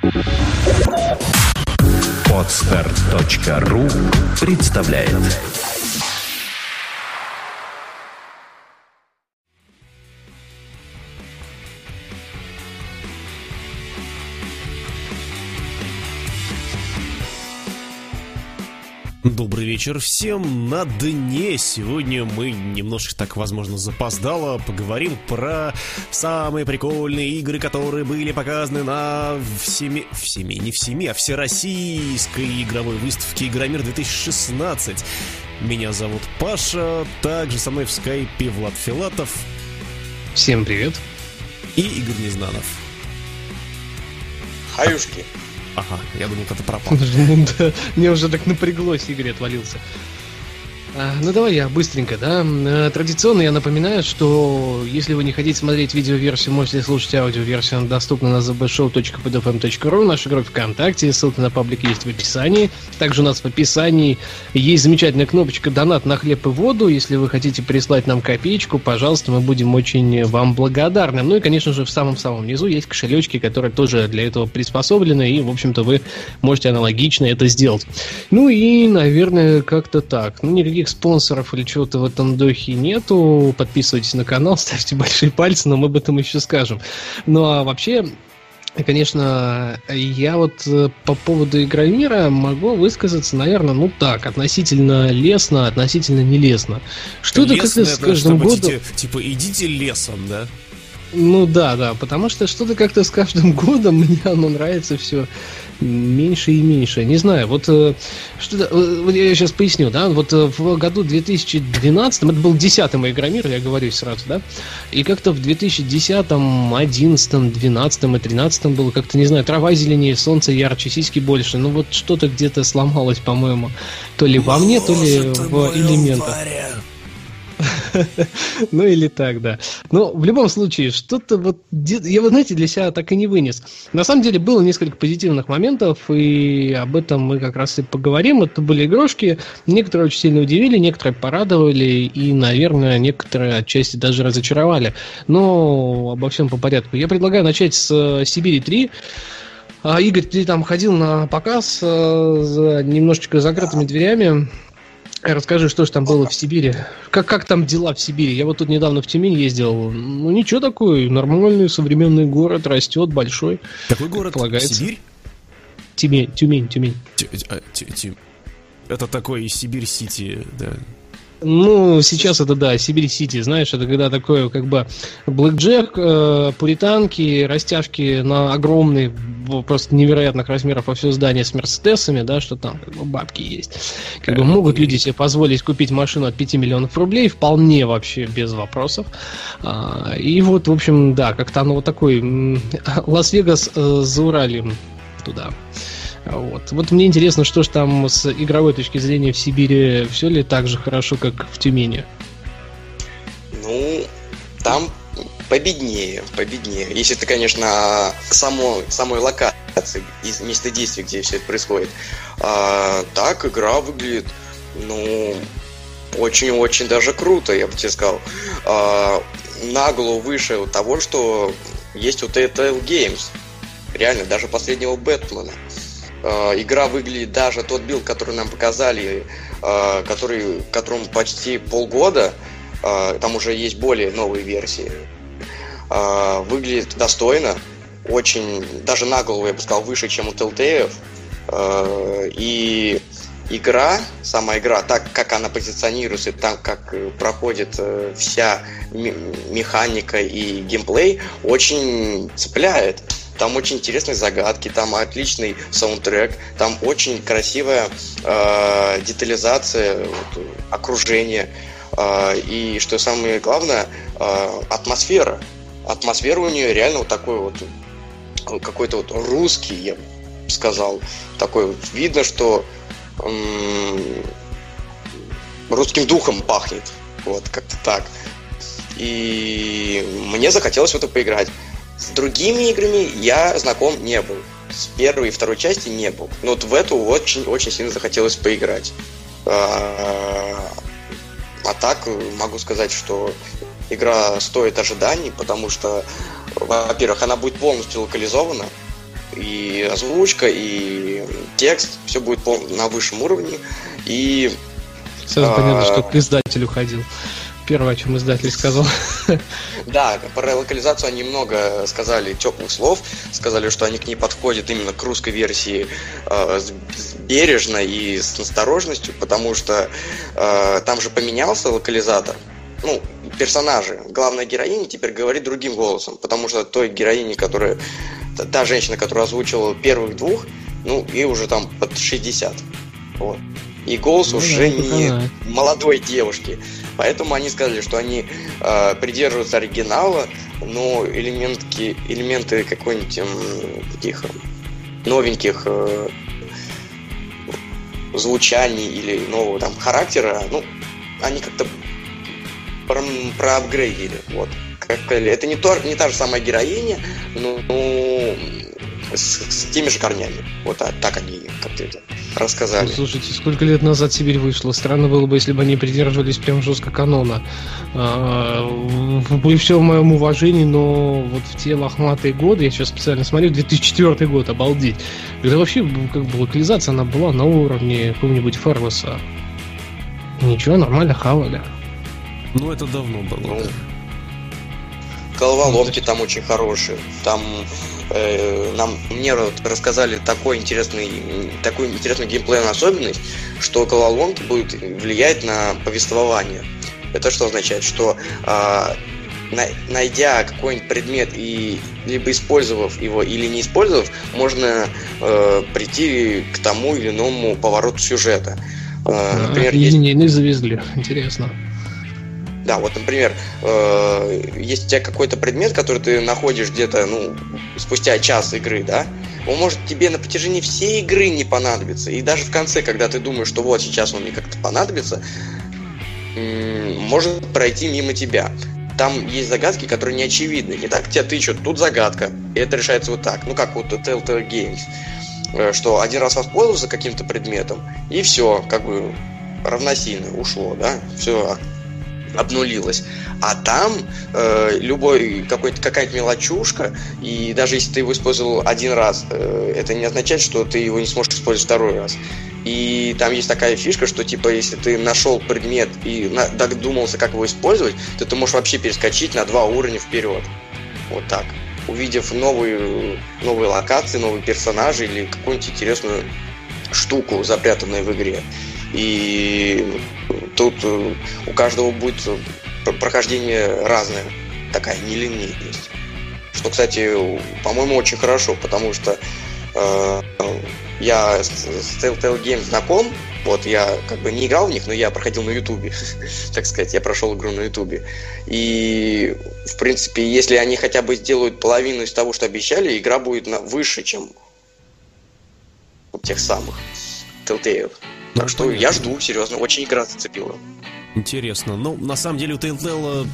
Podstart.ru представляет. Добрый вечер всем на дне. Сегодня мы немножко так, возможно, запоздало поговорим про самые прикольные игры, которые были показаны на всероссийской игровой выставке Игромир 2016. Меня зовут Паша, также со мной в скайпе Влад Филатов. Всем привет. И Игорь Незнанов. Хаюшки. Ага, я думал, кто-то пропал. Мне уже так напряглось, Игорь отвалился. Ну давай я быстренько, да. Традиционно я напоминаю, что если вы не хотите смотреть видеоверсию, можете слушать аудиоверсию, она доступна на zbshow.podfm.ru, наша группа ВКонтакте, ссылка на паблик есть в описании. Также у нас в описании есть замечательная кнопочка «Донат на хлеб и воду». Если вы хотите прислать нам копеечку, пожалуйста, мы будем очень вам благодарны. Ну и, конечно же, в самом-самом низу есть кошелечки, которые тоже для этого приспособлены, и, в общем-то, вы можете аналогично это сделать. Ну и, наверное, как-то так. Ну, никаких спонсоров или чего-то в этом духе нету. Подписывайтесь на канал, ставьте большие пальцы, но мы об этом еще скажем. Ну а вообще, конечно, я вот по поводу Игромира могу высказаться, наверное, ну так, относительно лестно, относительно нелестно. Что-то как-то с каждым годом... Типа, идите лесом, да? Ну да, потому что что-то как-то с каждым годом мне оно нравится все меньше и меньше. Не знаю, вот что-то, вот я сейчас поясню, да, вот в году 2012, это был 10-й мой Игромир, я говорю сразу, да, и как-то в 2010-м, 11-м, 12-м и 13-м было как-то, не знаю, трава зеленее, солнце ярче, сиськи больше, ну вот что-то где-то сломалось, по-моему, то ли во мне, то ли в элементах. Ну или так, да. Но в любом случае, что-то вот... Я, вы знаете, для себя так и не вынес. На самом деле было несколько позитивных моментов, и об этом мы как раз и поговорим. Это были игрушки. Некоторые очень сильно удивили, некоторые порадовали, и, наверное, некоторые отчасти даже разочаровали. Но обо всем по порядку. Я предлагаю начать с Сибири 3. Игорь, ты там ходил на показ за немножечко закрытыми дверями. Расскажи, что же там было в Сибири? Как там дела в Сибири? Я вот тут недавно в Тюмень ездил. Ну, ничего такой. Нормальный современный город, растет, большой. Какой город? Сибирь? Тюмень. Это такой Сибирь-Сити, да. Ну, сейчас это, да, Сибирь-Сити, знаешь, это когда такое, как бы, блэкджек, пуританки, растяжки на огромные, просто невероятных размеров во все здание с мерседесами, да, что там, как бы, бабки есть. Как бы, могут люди себе позволить купить машину от 5 миллионов рублей, вполне вообще без вопросов. И вот, в общем, да, как-то оно вот такой, Лас-Вегас за Уралем туда. Вот мне интересно, что же там с игровой точки зрения в Сибири, все ли так же хорошо, как в Тюмени? Ну, там победнее. Если это, конечно, к самой локации, из места действия, где все это происходит. Так игра выглядит, ну, очень-очень даже круто, я бы тебе сказал. На голову выше того, что есть у Telltale Games. Реально, даже последнего Бэтмена. Игра выглядит, даже тот билд, который нам показали, которому почти полгода, там уже есть более новые версии, выглядит достойно, очень, даже на голову, я бы сказал, выше, чем у Telltale. И сама игра, так как она позиционируется, так как проходит вся механика и геймплей, очень цепляет. Там очень интересные загадки, там отличный саундтрек, там очень красивая детализация окружения. И что самое главное, атмосфера. Атмосфера у нее реально вот такой вот какой-то вот русский, я бы сказал. Такой вот видно, что русским духом пахнет. Вот, как-то так. И мне захотелось в это поиграть. С другими играми я знаком не был. С первой и второй части не был. Но вот в эту очень сильно захотелось поиграть. А так могу сказать, что игра стоит ожиданий, потому что, во-первых, она будет полностью локализована. и озвучка, и текст, все будет на высшем уровне. И сразу понятно, что к издателю ходил. Первое, о чем издатель сказал. Да, про локализацию они много сказали теплых слов, сказали, что они к ней подходят именно к русской версии бережно и с осторожностью, потому что там же поменялся локализатор. Ну, персонажи, главная героиня теперь говорит другим голосом, потому что той героине, та женщина, которая озвучивала первых двух, ну, ей уже там под 60. Вот. И голос уже не молодой девушки. Поэтому они сказали, что они придерживаются оригинала, но элементы какой-нибудь таких новеньких звучаний или нового там характера, ну, они как-то проапгрейдили. Вот. Это не та же самая героиня, но с теми же корнями. Вот так они как-то это рассказали. Ну, слушайте, сколько лет назад Сибирь вышла? Странно было бы, если бы они придерживались прям жестко канона. При всем моем уважении, но вот в те лохматые годы, я сейчас специально смотрю, 2004 год, обалдеть. Это вообще как бы локализация, она была на уровне какого-нибудь Фарлоса. Ничего, нормально хавали. Ну, это давно было, да. Головоломки там очень хорошие. Там мне рассказали такую интересную геймплейную особенность, что головоломки будут влиять на повествование. Это что означает? Что найдя какой-нибудь предмет и либо использовав его, или не использовав, можно прийти к тому или иному повороту сюжета. Например, линейные завезли. Интересно. Да, вот, например, есть у тебя какой-то предмет, который ты находишь где-то, спустя час игры, да, он может тебе на протяжении всей игры не понадобиться. И даже в конце, когда ты думаешь, что вот сейчас он мне как-то понадобится, может пройти мимо тебя. Там есть загадки, которые не очевидны. Не так тебя тычут, тут загадка, и это решается вот так. Ну, как вот Telltale Games, что один раз воспользовался каким-то предметом, и все, как бы равносильно ушло, да, все обнулилось. А там какая-то мелочушка, и даже если ты его использовал один раз, это не означает, что ты его не сможешь использовать второй раз. И там есть такая фишка, что типа если ты нашел предмет и додумался, как его использовать, то ты можешь вообще перескочить на 2 уровня вперед. Вот так. Увидев новые локации, новые персонажи или какую-нибудь интересную штуку, запрятанную в игре. И тут у каждого будет прохождение разное, такая нелинейность. Что, кстати, по-моему, очень хорошо, потому что я с Telltale Games знаком. Вот, я как бы не играл в них, но я проходил на Ютубе, так сказать, я прошел игру на Ютубе. И, в принципе, если они хотя бы сделают половину из того, что обещали, игра будет выше, чем у тех самых Telltale. Так что я жду, серьезно, очень игра зацепила. Интересно. Ну, на самом деле у Telltale,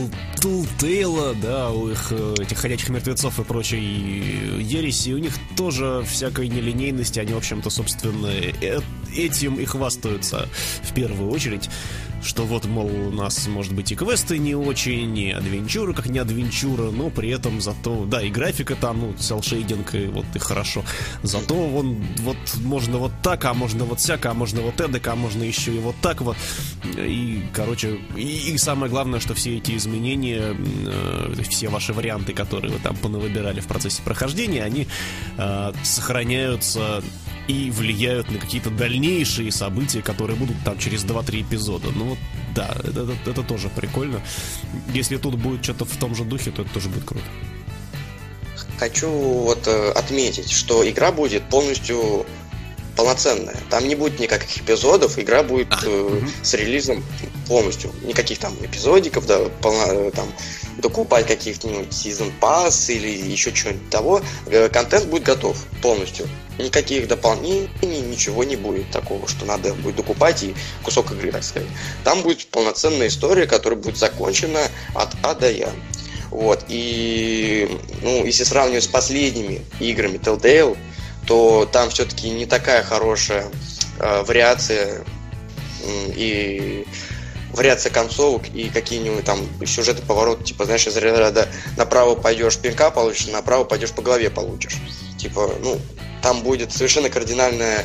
да, у их этих ходячих мертвецов и прочей ереси, у них тоже всякой нелинейности, они, в общем-то, собственно, этим и хвастаются в первую очередь. Что вот, мол, у нас, может быть, и квесты не очень, и адвенчуры как не адвенчура, но при этом зато, да, и графика там, селшейдинг, и вот и хорошо. Зато вот можно вот так, а можно вот сяк, а можно вот эдак, а можно еще и вот так вот. И, короче, и самое главное, что все эти изменения, все ваши варианты, которые вы там понавыбирали в процессе прохождения, они сохраняются и влияют на какие-то дальнейшие события, которые будут там через 2-3 эпизода. Ну вот, да, это тоже прикольно. Если тут будет что-то в том же духе, то это тоже будет круто. Хочу вот отметить, что игра будет полностью полноценная. Там не будет никаких эпизодов, игра будет с релизом полностью. Никаких там эпизодиков, да, там докупать каких-нибудь Season Pass или еще чего-нибудь того. Контент будет готов полностью. Никаких дополнений, ничего не будет такого, что надо будет докупать и кусок игры, так сказать. Там будет полноценная история, которая будет закончена от А до Я. Вот. И, если сравнивать с последними играми Telltale, то там все-таки не такая хорошая вариация и вариация концовок и какие-нибудь там сюжеты, повороты, типа, знаешь, из ряда направо пойдешь, пинка получишь, направо пойдешь, по голове получишь. Типа, ну, там будет совершенно кардинальные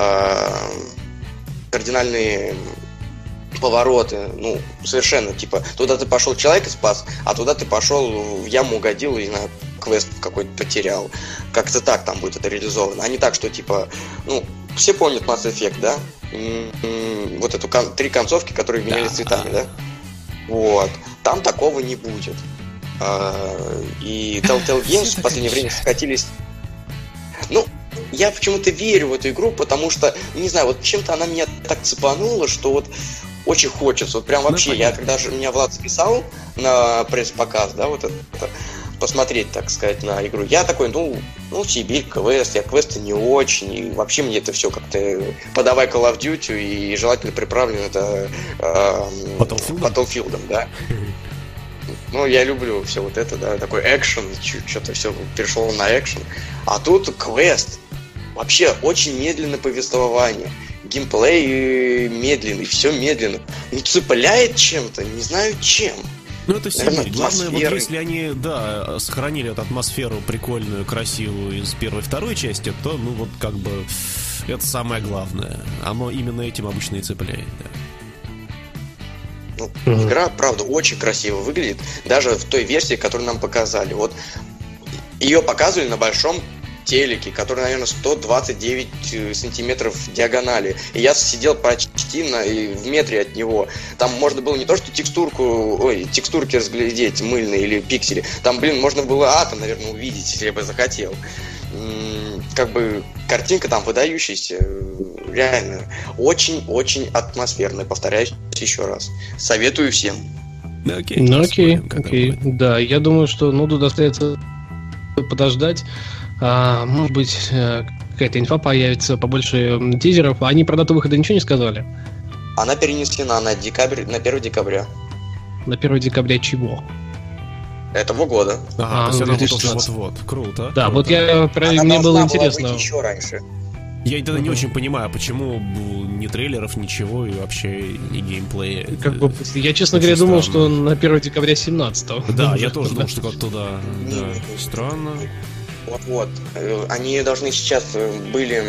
повороты, ну, совершенно, типа, туда ты пошел, человека спас, а туда ты пошел, в яму угодил и на квест какой-то потерял. Как-то так там будет это реализовано. А не так, что, типа, ну, все помнят Mass Effect, да? Вот эту 3 концовки, которые менялись цветами, да? Вот. Там такого не будет. И Telltale Games в последнее время скатились... Ну, я почему-то верю в эту игру, потому что, не знаю, вот чем-то она меня так цепанула, что вот очень хочется. Вот прям вообще, я когда же меня Влад записал на пресс-показ, да, вот это, посмотреть, так сказать, на игру, я такой, ну, Сибирь, квест, я квесты не очень, и вообще мне это все как-то подавай Call of Duty, и желательно приправлено это Battlefield, да. Ну, я люблю все вот это, да, такой экшен, что-то все перешло на экшен. А тут квест. Вообще очень медленное повествование. Геймплей медленный, все медленно. Ну, цепляет чем-то, не знаю чем. Ну, это Сибирь. Главное, вот если они, да, сохранили эту атмосферу прикольную, красивую из первой и второй части, то, ну, вот как бы это самое главное. Оно именно этим обычно и цепляет, да. Ну, игра, правда, очень красиво выглядит. Даже в той версии, которую нам показали. Вот ее показывали на большом телеке, который, наверное, 129 сантиметров диагонали. И я сидел почти в метре от него. Там можно было не то, что текстурки разглядеть, мыльные или пиксели. Там, можно было атом, наверное, увидеть, если я бы захотел. Как бы картинка там выдающаяся. Реально. Очень-очень атмосферная. Повторяюсь еще раз. Советую всем. Окей. Да, я думаю, что тут остается подождать. Может быть, какая-то инфа появится, побольше тизеров. Они про дату выхода ничего не сказали? Она перенесена на 1 декабря. На 1 декабря чего? Этого года. То есть она вот-вот. Круто. Да, вот мне было интересно. Еще раньше. Я тогда не очень понимаю, почему ни трейлеров, ничего, и вообще ни геймплея. Я, честно говоря, думал, что на 1 декабря 17-го. Да, я тоже думал, что как-то туда. Странно. Вот. Они должны сейчас были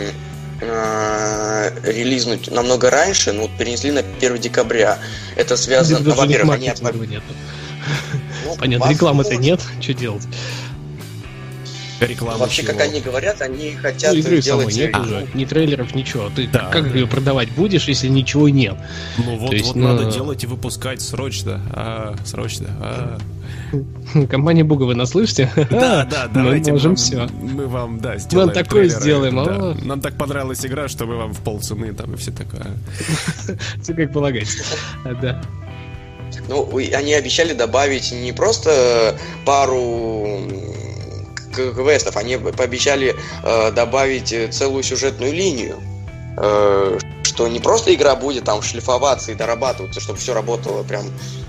релизнуть намного раньше, но перенесли на 1 декабря. Это связано... во-первых, они... Понятно, рекламы-то нет, что делать? Реклама вообще, чего? как они говорят, они хотят игры делать... Нет уже, ни трейлеров, ничего. Ты как ее продавать будешь, если ничего нет? Ну вот надо делать и выпускать срочно. Компания Буга, вы нас слышите? Да, давайте. Мы можем все. Мы вам, сделаем. Мы вам такое сделаем. Да. Нам так понравилась игра, что мы вам в полцены там и все такое. Все как полагается. Да. Ну, они обещали добавить не просто пару квестов, они пообещали добавить целую сюжетную линию, что не просто игра будет там шлифоваться и дорабатываться, чтобы все работало прям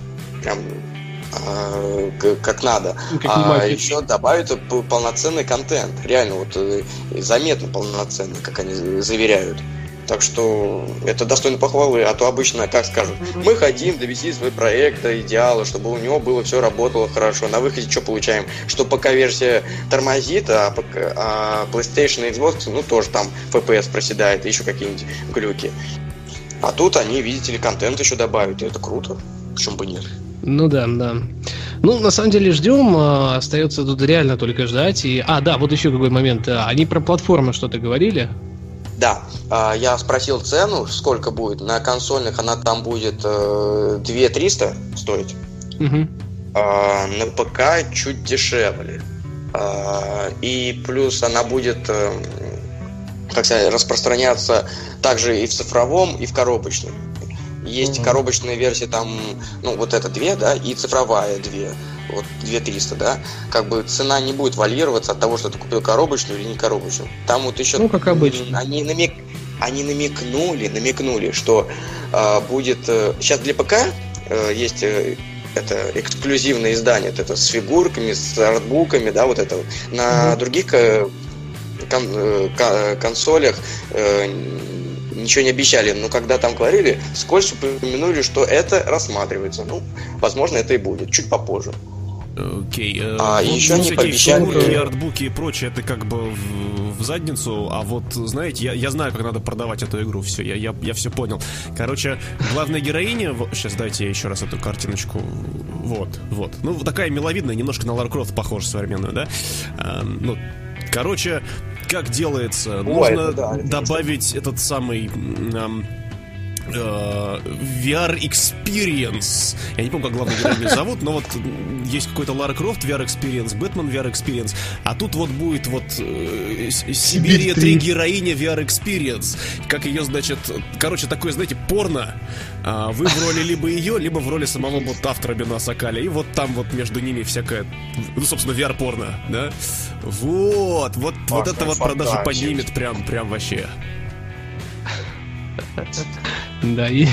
как надо, а еще добавят полноценный контент, реально вот заметно полноценный, как они заверяют. Так что это достойно похвалы, а то обычно, как скажут, мы хотим довести свой проект до идеала, чтобы у него было все работало хорошо. На выходе что получаем? Что пока версия тормозит, а PlayStation и Xbox, тоже там FPS проседает, и еще какие-нибудь глюки. А тут они, видите ли, контент еще добавят, и это круто. Почему бы нет? Ну да. Ну, на самом деле, ждем. Остается тут реально только ждать. Вот еще какой момент. Они про платформу что-то говорили? Да, я спросил цену, сколько будет. На консольных она там будет 2300 стоить. На ПК чуть дешевле. И плюс она будет, распространяться также и в цифровом, и в коробочном. Есть коробочная версия, там, вот это 2, да, и цифровая 2. Вот 2300, да, как бы цена не будет варьироваться от того, что ты купил коробочную или не коробочную. Там вот еще... как обычно. Они намекнули, что будет... Сейчас для ПК есть это эксклюзивное издание, это с фигурками, с артбуками, да, вот это. На других консолях ничего не обещали, но когда там говорили, вскользь упомянули, что это рассматривается. Возможно, это и будет, чуть попозже. Окей. И еще они пообещали... артбуки и прочее, это как бы в задницу, а вот, знаете, я знаю, как надо продавать эту игру, все, я все понял. Короче, главная героиня... Сейчас дайте я еще раз эту картиночку. Вот. Ну, такая миловидная, немножко на Лара Крофт похожа современную, да? Короче, как делается? Нужно добавить этот самый... VR Experience. Я не помню, как главную героиню зовут, но вот есть какой-то Лара Крофт VR Experience, Бэтмен VR Experience, а тут вот будет вот Сибирия 3 героиня VR Experience. Как ее, значит, короче, такое, знаете, порно. Вы в роли либо ее, либо в роли самого вот автора Бенаса Каля. И вот там вот между ними всякое, ну, собственно, VR-порно, да? Вот это вот продажи поднимет прям вообще. Да, и...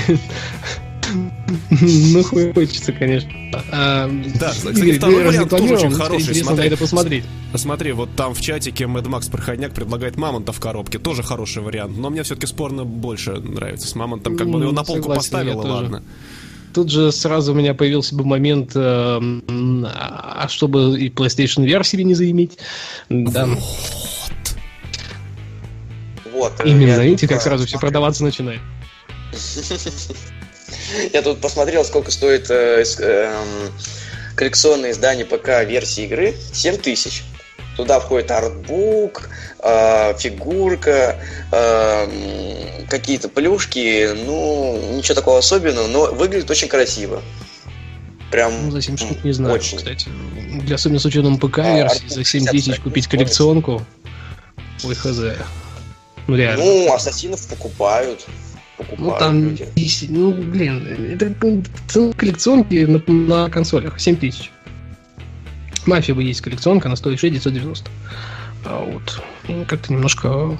Ну, хочется, конечно. Да, кстати, второй вариант тоже очень хороший. Интересно посмотреть. Смотри, вот там в чатике Mad Max Проходняк предлагает мамонта в коробке. Тоже хороший вариант. Но мне все-таки спорно больше нравится. С мамонтом как бы его на полку поставила, ладно. Тут же сразу у меня появился бы момент, а чтобы и PlayStation VR себе не заиметь. Да. Вот. Именно, видите, как сразу все продаваться начинает. Я тут посмотрел, сколько стоит коллекционное издание ПК версии игры. 7000. Туда входит артбук, фигурка, какие-то плюшки. Ну, ничего такого особенного, но выглядит очень красиво. Прям ну, за 7 штук не знаю, очень. Кстати. Особенно с учетом ПК-версии, за 7000 купить коллекционку. Ой, хз. Ну, реально. Ну, ассасинов покупают. Ну, там, ну, блин, это цена коллекционки на консолях 7000. Мафия бы есть коллекционка, она стоит 6990. А вот, как-то немножко,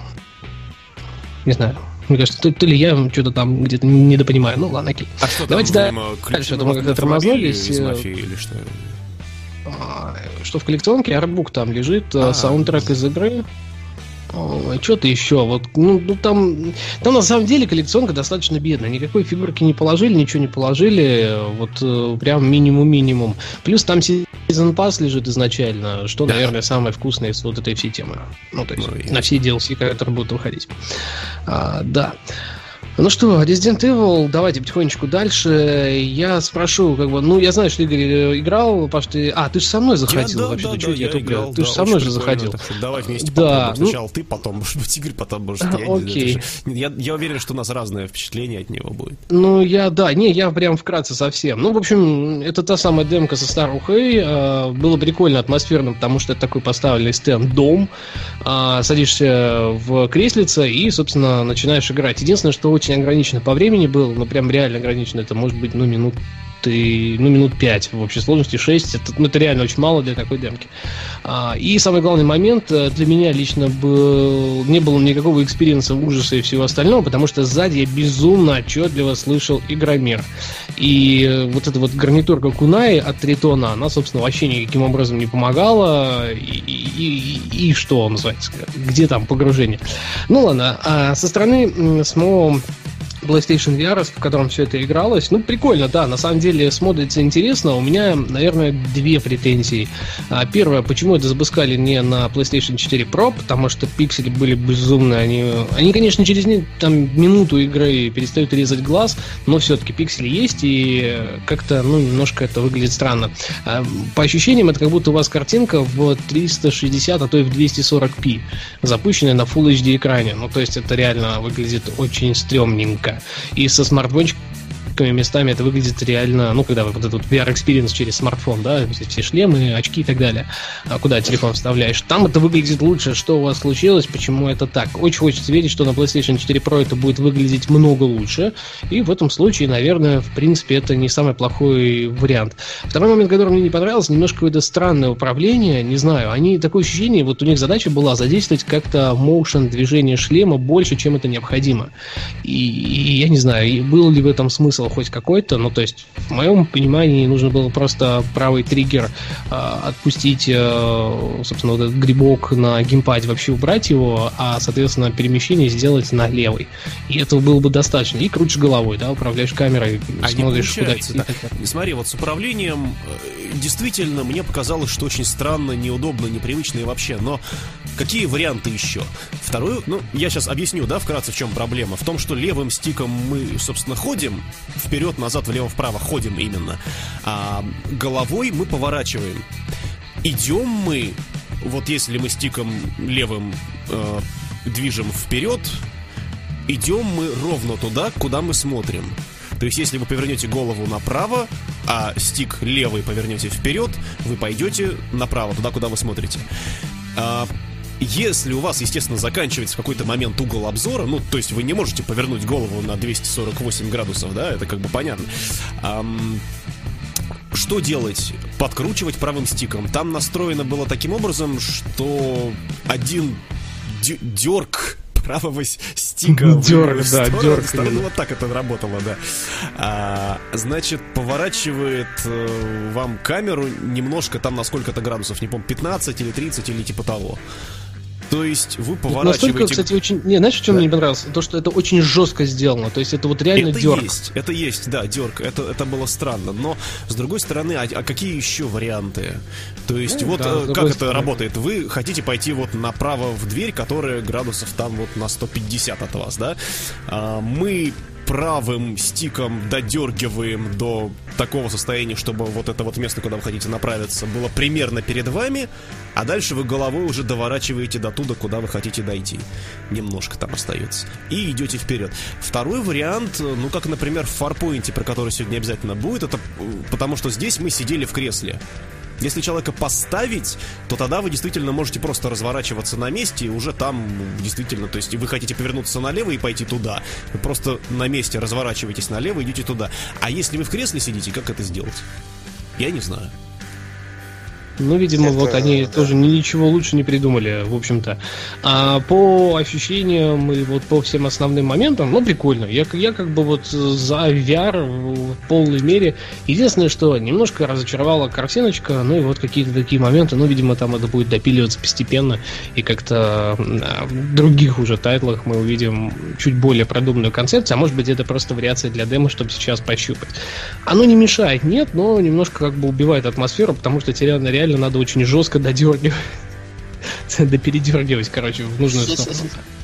не знаю, мне кажется, то ли я что-то там где-то недопонимаю. Ну, ладно, окей. А что давайте там, дальше, мы как-то тормознулись. Из Мафии или что? Что в коллекционке, артбук там лежит, саундтрек из игры. Что-то еще. Вот, ну, там на самом деле коллекционка достаточно бедная. Никакой фигурки не положили, ничего не положили. Вот прям минимум. Плюс там Season Pass лежит изначально, что, да, наверное, самое вкусное из вот этой всей темы. Ну, то есть на все DLC, которые будут выходить. Да. Ну что, Resident Evil, давайте потихонечку дальше. Я спрошу, как бы, ну, я знаю, что Игорь играл, потому что ты... ты же со мной заходил вообще-то, что я играл. Ты же со мной же заходил. Давай вместе попробуем. Сначала ты, потом, может быть, Игорь, потом, может, я. Окей. Я уверен, что у нас разное впечатление от него будет. Ну, я прям вкратце совсем. Ну, в общем, это та самая демка со старухой. Было прикольно, атмосферно, потому что это такой поставленный стенд-дом. Садишься в креслице и, собственно, начинаешь играть. Единственное, что очень ограничено по времени было, но прям реально ограничено. Это может быть, минут 5 в общей сложности, 6. Это реально очень мало для такой демки. И самый главный момент для меня лично не было никакого экспириенса ужаса и всего остального, потому что сзади я безумно отчетливо слышал игромир. И вот эта вот гарнитурка Кунай от Тритона, она, собственно, вообще никаким образом не помогала. И что называется? Где там погружение? Ну ладно, со стороны самого PlayStation VR, в котором все это игралось. Ну, прикольно, да, на самом деле смотрится интересно. У меня, наверное, две претензии. Первое, почему это запускали не на PlayStation 4 Pro, потому что пиксели были безумные. Они, конечно, через минуту игры перестают резать глаз, но все-таки пиксели есть, и как-то, немножко это выглядит странно. По ощущениям, это как будто у вас картинка в 360, а то и в 240p, запущенная на Full HD экране. Ну, то есть это реально выглядит очень стрёмненько. И со смартфончиками местами это выглядит реально, когда вот этот VR-экспириенс через смартфон, да, все шлемы, очки и так далее, куда телефон вставляешь, там это выглядит лучше. Что у вас случилось, почему это так? Очень хочется верить, что на PlayStation 4 Pro это будет выглядеть много лучше, и в этом случае, наверное, в принципе, это не самый плохой вариант. Второй момент, который мне не понравился, немножко какое-то странное управление, не знаю, такое ощущение, вот у них задача была задействовать как-то моушен движения шлема больше, чем это необходимо. И я не знаю, был ли в этом смысл хоть какой-то, то есть в моем понимании нужно было просто правый триггер отпустить, собственно, вот этот грибок на геймпаде, вообще убрать его, а, соответственно, перемещение сделать на левый. И этого было бы достаточно. И крутишь головой, да, управляешь камерой, смотришь, куда идти. Да. Смотри, вот с управлением действительно, мне показалось, что очень странно, неудобно, непривычно и вообще. Но какие варианты еще? Второй, я сейчас объясню, да, вкратце, в чем проблема. В том, что левым стиком мы, собственно, ходим вперед, назад, влево-вправо, ходим именно. А головой мы поворачиваем. Идем мы, вот если мы стиком левым движем вперед, идем мы ровно туда, куда мы смотрим. То есть, если вы повернете голову направо, а стик левый повернете вперед, вы пойдете направо, туда, куда вы смотрите. Если у вас, естественно, заканчивается в какой-то момент угол обзора, то есть вы не можете повернуть голову на 248 градусов, да, это как бы понятно. Что делать? Подкручивать правым стиком. Там настроено было таким образом, что один дёрг правого стика дёрг, да, дёрг. Вот так это работало, да. Значит, поворачивает вам камеру немножко там на сколько-то градусов, не помню, 15 или 30 или типа того. То есть вы поворачиваете... Настолько, кстати, очень... знаешь, в чем мне не понравилось? То, что это очень жестко сделано. То есть это вот реально дёрг. Это есть, да, дёрг. Это было странно. Но, с другой стороны, а какие еще варианты? То есть как это работает? Вы хотите пойти вот направо в дверь, которая градусов там вот на 150 от вас, да? Мы правым стиком додергиваем до такого состояния, чтобы вот это вот место, куда вы хотите направиться, было примерно перед вами, а дальше вы головой уже доворачиваете до туда, куда вы хотите дойти. Немножко там остается. И идете вперед. Второй вариант, как, например, в Farpoint, про который сегодня обязательно будет, это потому что здесь мы сидели в кресле. Если человека поставить, то тогда вы действительно можете просто разворачиваться на месте и уже там действительно, то есть вы хотите повернуться налево и пойти туда, вы просто на месте разворачиваетесь налево и идете туда. А если вы в кресле сидите, как это сделать? Я не знаю. Видимо, вот они тоже ничего лучше не придумали, в общем-то. А по ощущениям и вот по всем основным моментам, прикольно. Я как бы вот за VR в полной мере. Единственное, что немножко разочаровала картиночка, и вот какие-то такие моменты, видимо, там это будет допиливаться постепенно, и как-то в других уже тайтлах мы увидим чуть более продуманную концепцию, а может быть, это просто вариация для демо, чтобы сейчас пощупать. Оно не мешает, нет, но немножко как бы убивает атмосферу, потому что реально надо очень жестко додергивать, допередергивать, в нужную сторону.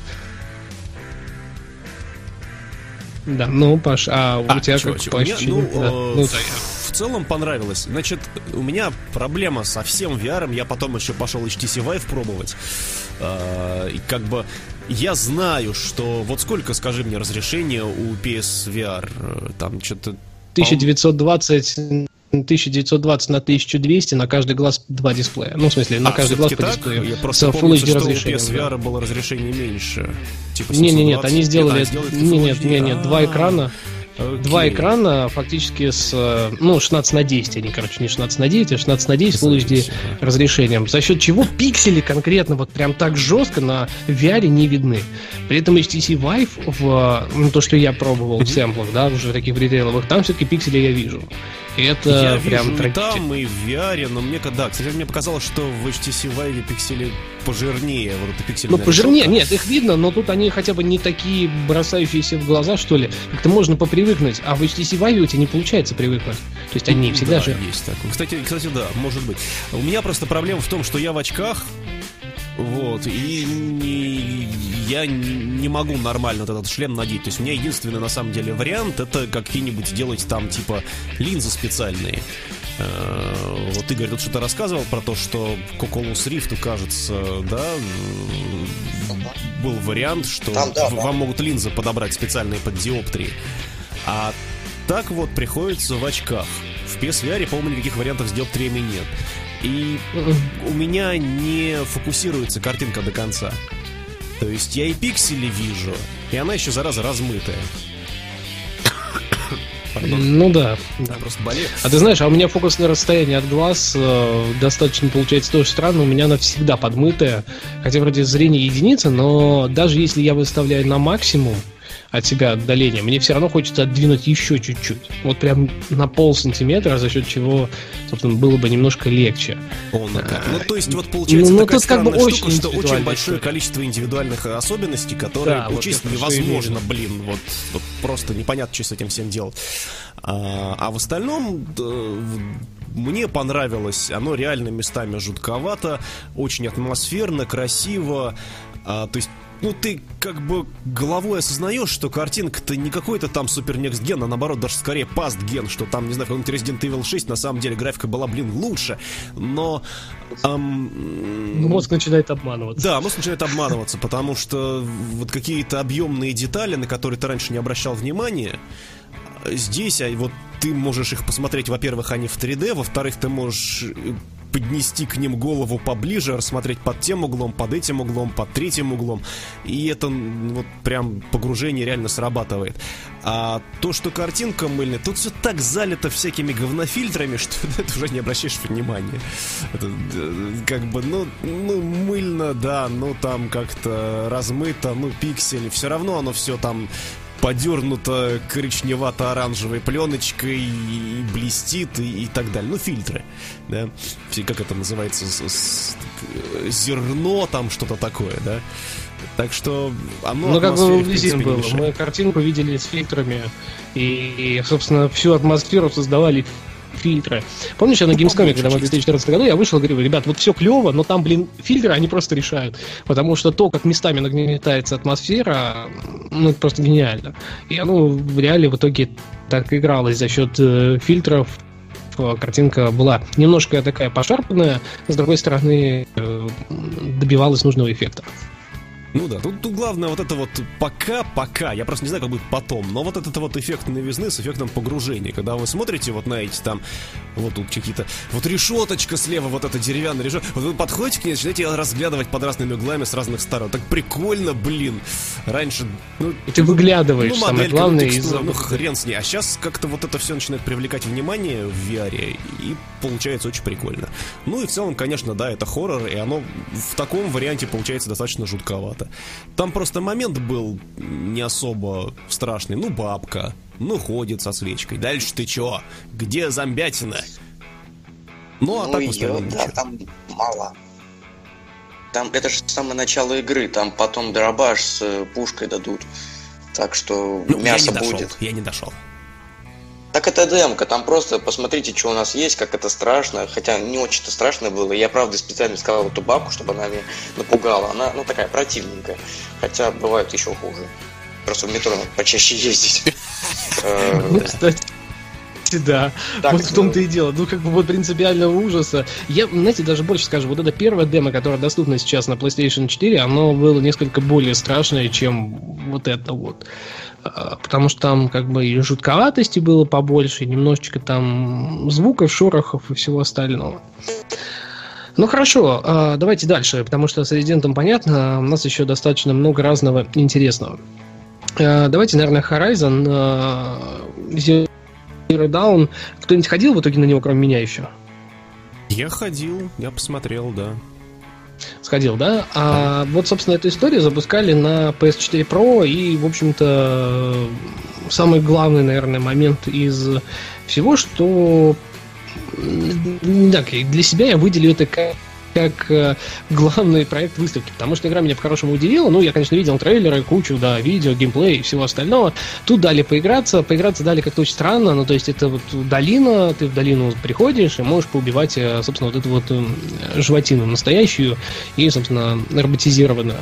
Да, Паш, у тебя как по ощущениям? В целом понравилось. Значит, у меня проблема со всем VR, я потом еще пошел HTC Vive пробовать. И как бы я знаю, что вот сколько, скажи мне, разрешение у PSVR? Там что-то 1920 на 1200, на каждый глаз 2 дисплея. В смысле, на каждый глаз по дисплею. Я просто помню, что у PSVR было разрешение меньше. Типа 720. Нет, они сделали... Нет, 2 экрана. Два экрана фактически с 16 на 10. Они, не 16 на 9, а 16 на 10 Full HD разрешением. За счет чего пиксели конкретно вот прям так жестко на VR не видны. При этом HTC Vive, то, что я пробовал в сэмплах, да, уже таких в ритейловых, там все-таки пиксели я вижу. И это я прям вижу и там, и в VR, но кстати, мне показалось, что в HTC Vive пиксели пожирнее. Вот это пиксельная пожирнее, решетка. нет, их видно, но тут они хотя бы не такие бросающиеся в глаза, что ли. Как-то можно попривыкнуть, а в HTC Vive у тебя не получается привыкнуть. То есть они всегда же... есть такое. Кстати, да, может быть. У меня просто проблема в том, что я в очках, и я не могу нормально этот шлем надеть. То есть у меня единственный, на самом деле, вариант — это какие-нибудь делать там, типа, линзы специальные. Вот Игорь тут что-то рассказывал про то, что к Oculus Rift, кажется, да, был вариант, что вам могут линзы подобрать специальные под диоптрии. А так вот приходится в очках. В PSVR, по-моему, никаких вариантов с диоптриями нет. И у меня не фокусируется картинка до конца. То есть я и пиксели вижу, и она еще, зараза, размытая. Пардон. Да. Просто болею. А ты знаешь, у меня фокусное расстояние от глаз достаточно, получается, тоже странно. У меня она всегда подмытая. Хотя вроде зрение единица, но даже если я выставляю на максимум, от себя отдаление, мне все равно хочется отдвинуть еще чуть-чуть. Вот прям на полсантиметра, за счет чего, собственно, было бы немножко легче. Ну, то есть, вот получается такая странная как бы штука, что очень большое количество индивидуальных особенностей, которые учесть вот невозможно, вот просто непонятно, что с этим всем делать. А в остальном мне понравилось. Оно реально местами жутковато, очень атмосферно, красиво. То есть, ты как бы головой осознаешь, что картинка-то не какой-то там супер next gen, а наоборот даже скорее past gen, что там, не знаю, в каком-нибудь Resident Evil 6 на самом деле графика была, лучше. Но мозг начинает обманываться. Да, мозг начинает обманываться, потому что вот какие-то объемные детали, на которые ты раньше не обращал внимания, здесь, вот ты можешь их посмотреть, во-первых, они в 3D, во-вторых, ты можешь поднести к ним голову поближе, рассмотреть под тем углом, под этим углом, под третьим углом, и это вот прям погружение реально срабатывает. А то, что картинка мыльная, тут все так залито всякими говнофильтрами, что ты уже не обращаешь внимания. Это, как бы, мыльно, да, там как-то размыто, пиксели, все равно оно все там подернуто коричневато-оранжевой пленочкой и блестит и так далее. Фильтры, да, как это называется, зерно там, что-то такое, да. Так что оно как бы вблизи было. Мы картинку видели с фильтрами и, собственно, всю атмосферу создавали фильтры. Помнишь, я на Gamescom, когда мы в 2014 году, я вышел и говорю: ребят, вот все клево, но там, фильтры, они просто решают. Потому что то, как местами нагнетается атмосфера, это просто гениально. И оно в реале в итоге так игралось за счет фильтров. Картинка была немножко такая пошарпанная, с другой стороны, добивалась нужного эффекта. Тут главное вот это вот пока, я просто не знаю, как будет потом, но вот этот вот эффект новизны с эффектом погружения, когда вы смотрите вот на эти там, вот тут какие-то, вот решеточка слева, вот эта деревянная решетка, вот вы подходите к ней, начинаете разглядывать под разными углами с разных сторон, так прикольно, раньше, и ты выглядываешь, самое главное, хрен с ней, а сейчас как-то вот это все начинает привлекать внимание в VR, и получается очень прикольно. И в целом, конечно, да, это хоррор, и оно в таком варианте получается достаточно жутковато. Там просто момент был не особо страшный. Бабка, ходит со свечкой. Дальше ты чё? Где зомбятина? Так в остальном да, там мало. Там это же самое начало игры. Там потом дробаш с пушкой дадут. Так что мясо будет. Я не дошел. Так это демка, там просто посмотрите, что у нас есть, как это страшно. Хотя не очень-то страшно было. Я, правда, специально сказал эту бабку, чтобы она меня напугала. Она, такая противненькая. Хотя бывает еще хуже. Просто в метро надо почаще ездить. Кстати, да. Вот в том-то и дело. Принципиального ужаса. Я, знаете, даже больше скажу. Вот это первое демо, которое доступно сейчас на PlayStation 4, оно было несколько более страшное, чем вот это вот. Потому что там и жутковатости было побольше, немножечко там звуков, шорохов и всего остального. Хорошо, давайте дальше, потому что с Резидентом понятно, у нас еще достаточно много разного интересного. Давайте, наверное, Horizon Zero Dawn. Кто-нибудь ходил в итоге на него, кроме меня еще? Я ходил, я посмотрел, да. Сходил, да? Вот, собственно, эту историю запускали на PS4 Pro, и, в общем-то, самый главный, наверное, момент из всего, что для себя я выделю это как главный проект выставки, потому что игра меня по-хорошему удивила. Я, конечно, видел трейлеры, кучу, да, видео, геймплей и всего остального. Тут дали поиграться дали как-то очень странно, то есть это вот долина, ты в долину приходишь и можешь поубивать, собственно, вот эту вот животину настоящую и, собственно, роботизированную.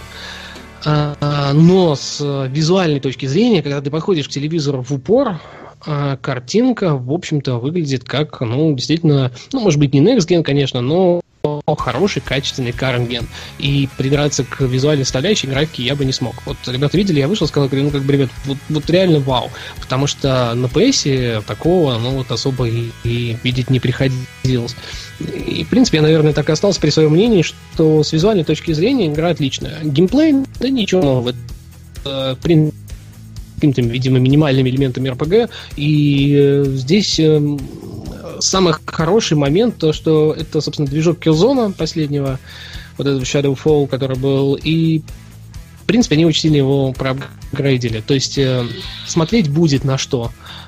Но с визуальной точки зрения, когда ты подходишь к телевизору в упор, картинка, в общем-то, выглядит как, действительно, может быть, не Next Gen, конечно, но хороший, качественный current gen. И придраться к визуальной составляющей графики я бы не смог. Вот ребята видели, я вышел, сказал, говорю, ребят, вот реально вау. Потому что на PS такого, особо и видеть не приходилось. И, в принципе, я, наверное, так и остался при своем мнении, что с визуальной точки зрения игра отличная. Геймплей, да ничего нового. Какими-то, видимо, минимальными элементами RPG. И здесь самый хороший момент, то, что это, собственно, движок Killzone последнего, вот этого Shadowfall, который был, и в принципе, они очень сильно его проапгрейдили. То есть смотреть будет на что.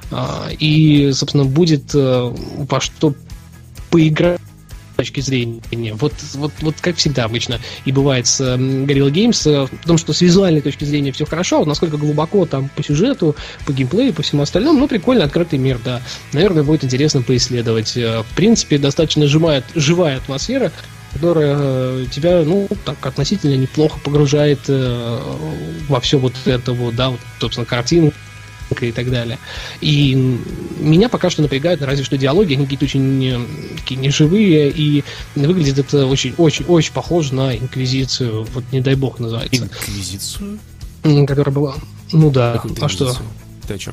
И, собственно, будет во что поиграть с точки зрения. Вот как всегда обычно и бывает с Guerrilla Games, в том, что с визуальной точки зрения все хорошо, вот насколько глубоко там по сюжету, по геймплею, по всему остальному, ну, прикольно, открытый мир, да. Наверное, будет интересно поисследовать. В принципе, достаточно живая атмосфера, которая тебя, ну, так относительно неплохо погружает во все вот это вот, да, вот, собственно, картину и так далее. И меня пока что напрягают, разве что диалоги, они какие-то очень такие неживые, и выглядит это очень похоже на Инквизицию, вот не дай бог называется. Инквизицию? Которая была... Ну да, а что? Ты о чем?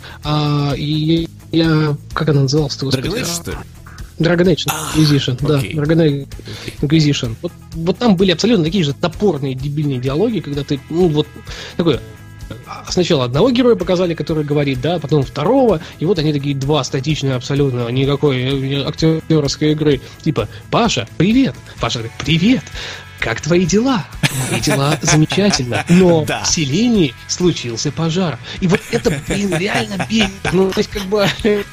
И я... Как она называлась-то, господи? Dragon Age, что ли? Dragon Age Inquisition, да, окей. Dragon Age Inquisition. Вот там были абсолютно такие же топорные, дебильные диалоги, когда ты, ну, вот, такое... Сначала одного героя показали, который говорит, да, потом второго, и вот они такие два статичные абсолютно, никакой актерской игры. Типа, Паша, привет! Паша говорит, привет! Как твои дела? Мои дела замечательно, но в селении случился пожар. И вот это, блин, реально бесит. Ну, то есть, как бы,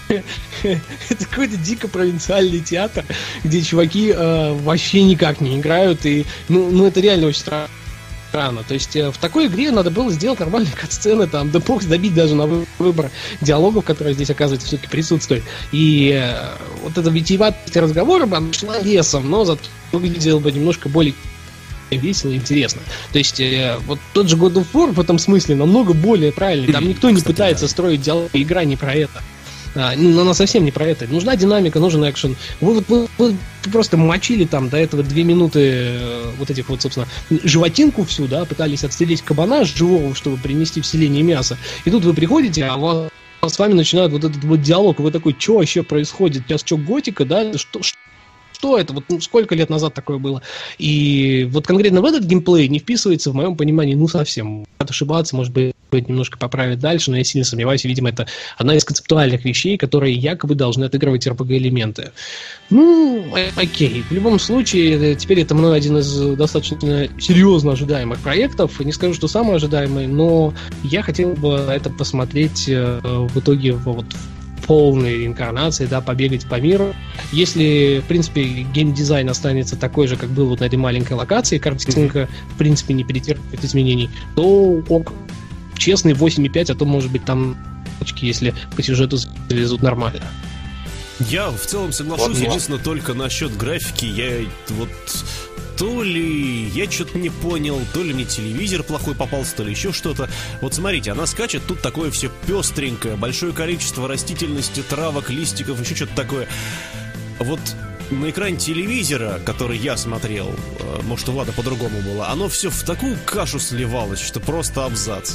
это какой-то дико провинциальный театр, где чуваки вообще никак не играют, и, ну, это реально очень странно. То есть в такой игре надо было сделать нормальные кат-сцены, там, да бог добить даже на выбор диалогов, которые здесь, оказывается, все-таки присутствуют. И вот эта витиеватость разговора бы она шла лесом, но зато выглядело бы немножко более весело и интересно. То есть вот тот же God of War в этом смысле намного более правильный. Там никто не пытается строить диалог, игра не про это. Она совсем не про это. Нужна динамика, нужен экшен. Вы просто мочили там до этого 2 минуты вот этих вот, собственно, животинку всю, да, пытались отстрелить кабана живого, чтобы принести в селение мясо. И тут вы приходите, а с вами начинают вот этот вот диалог, и вы такой, что вообще происходит? Сейчас что, готика, да? Что это? Вот сколько лет назад такое было? И вот конкретно в этот геймплей не вписывается, в моем понимании, ну совсем. Надо ошибаться, может быть, немножко поправить дальше, но я сильно сомневаюсь, видимо, это одна из концептуальных вещей, которые якобы должны отыгрывать RPG-элементы. Ну, окей. В любом случае, теперь это мной один из достаточно серьезно ожидаемых проектов. Не скажу, что самый ожидаемый, но я хотел бы это посмотреть в итоге вот полной инкарнации, да, побегать по миру. Если, в принципе, геймдизайн останется такой же, как был вот на этой маленькой локации, картинка, в принципе, не перетерпит изменений, то честный 8,5, а то, может быть, там если по сюжету завезут нормально. Я в целом соглашусь, единственное, только насчет графики, я вот... То ли я что-то не понял, то ли мне телевизор плохой попался, то ли еще что-то. Вот смотрите, она скачет, тут такое все пестренькое, большое количество растительности, травок, листиков, еще что-то такое. Вот на экране телевизора, который я смотрел, может, у Влада по-другому было, оно все в такую кашу сливалось, что просто абзац.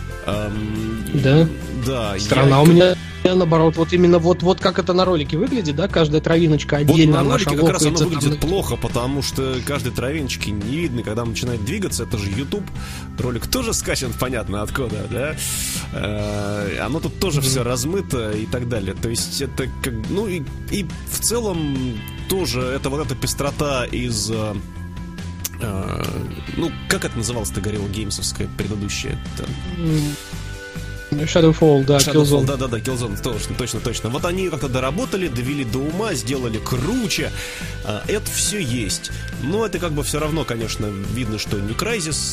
Да? Да. Странно, у меня наоборот, вот именно вот как это на ролике выглядит, да, каждая травиночка отдельно. Вот на ролике как раз оно выглядит плохо, потому что каждой травиночки не видно, когда он начинает двигаться, это же YouTube, ролик тоже скачан, понятно откуда, да, оно тут тоже все размыто и так далее, то есть это как, ну и в целом тоже это вот эта пестрота из... ну, как это называлось-то, Guerrilla Games'овская предыдущая? Shadowfall, да, Killzone. Да, Killzone, точно. Вот они как-то доработали, довели до ума, сделали круче. Это все есть. Но это как бы все равно, конечно, видно, что не Crysis.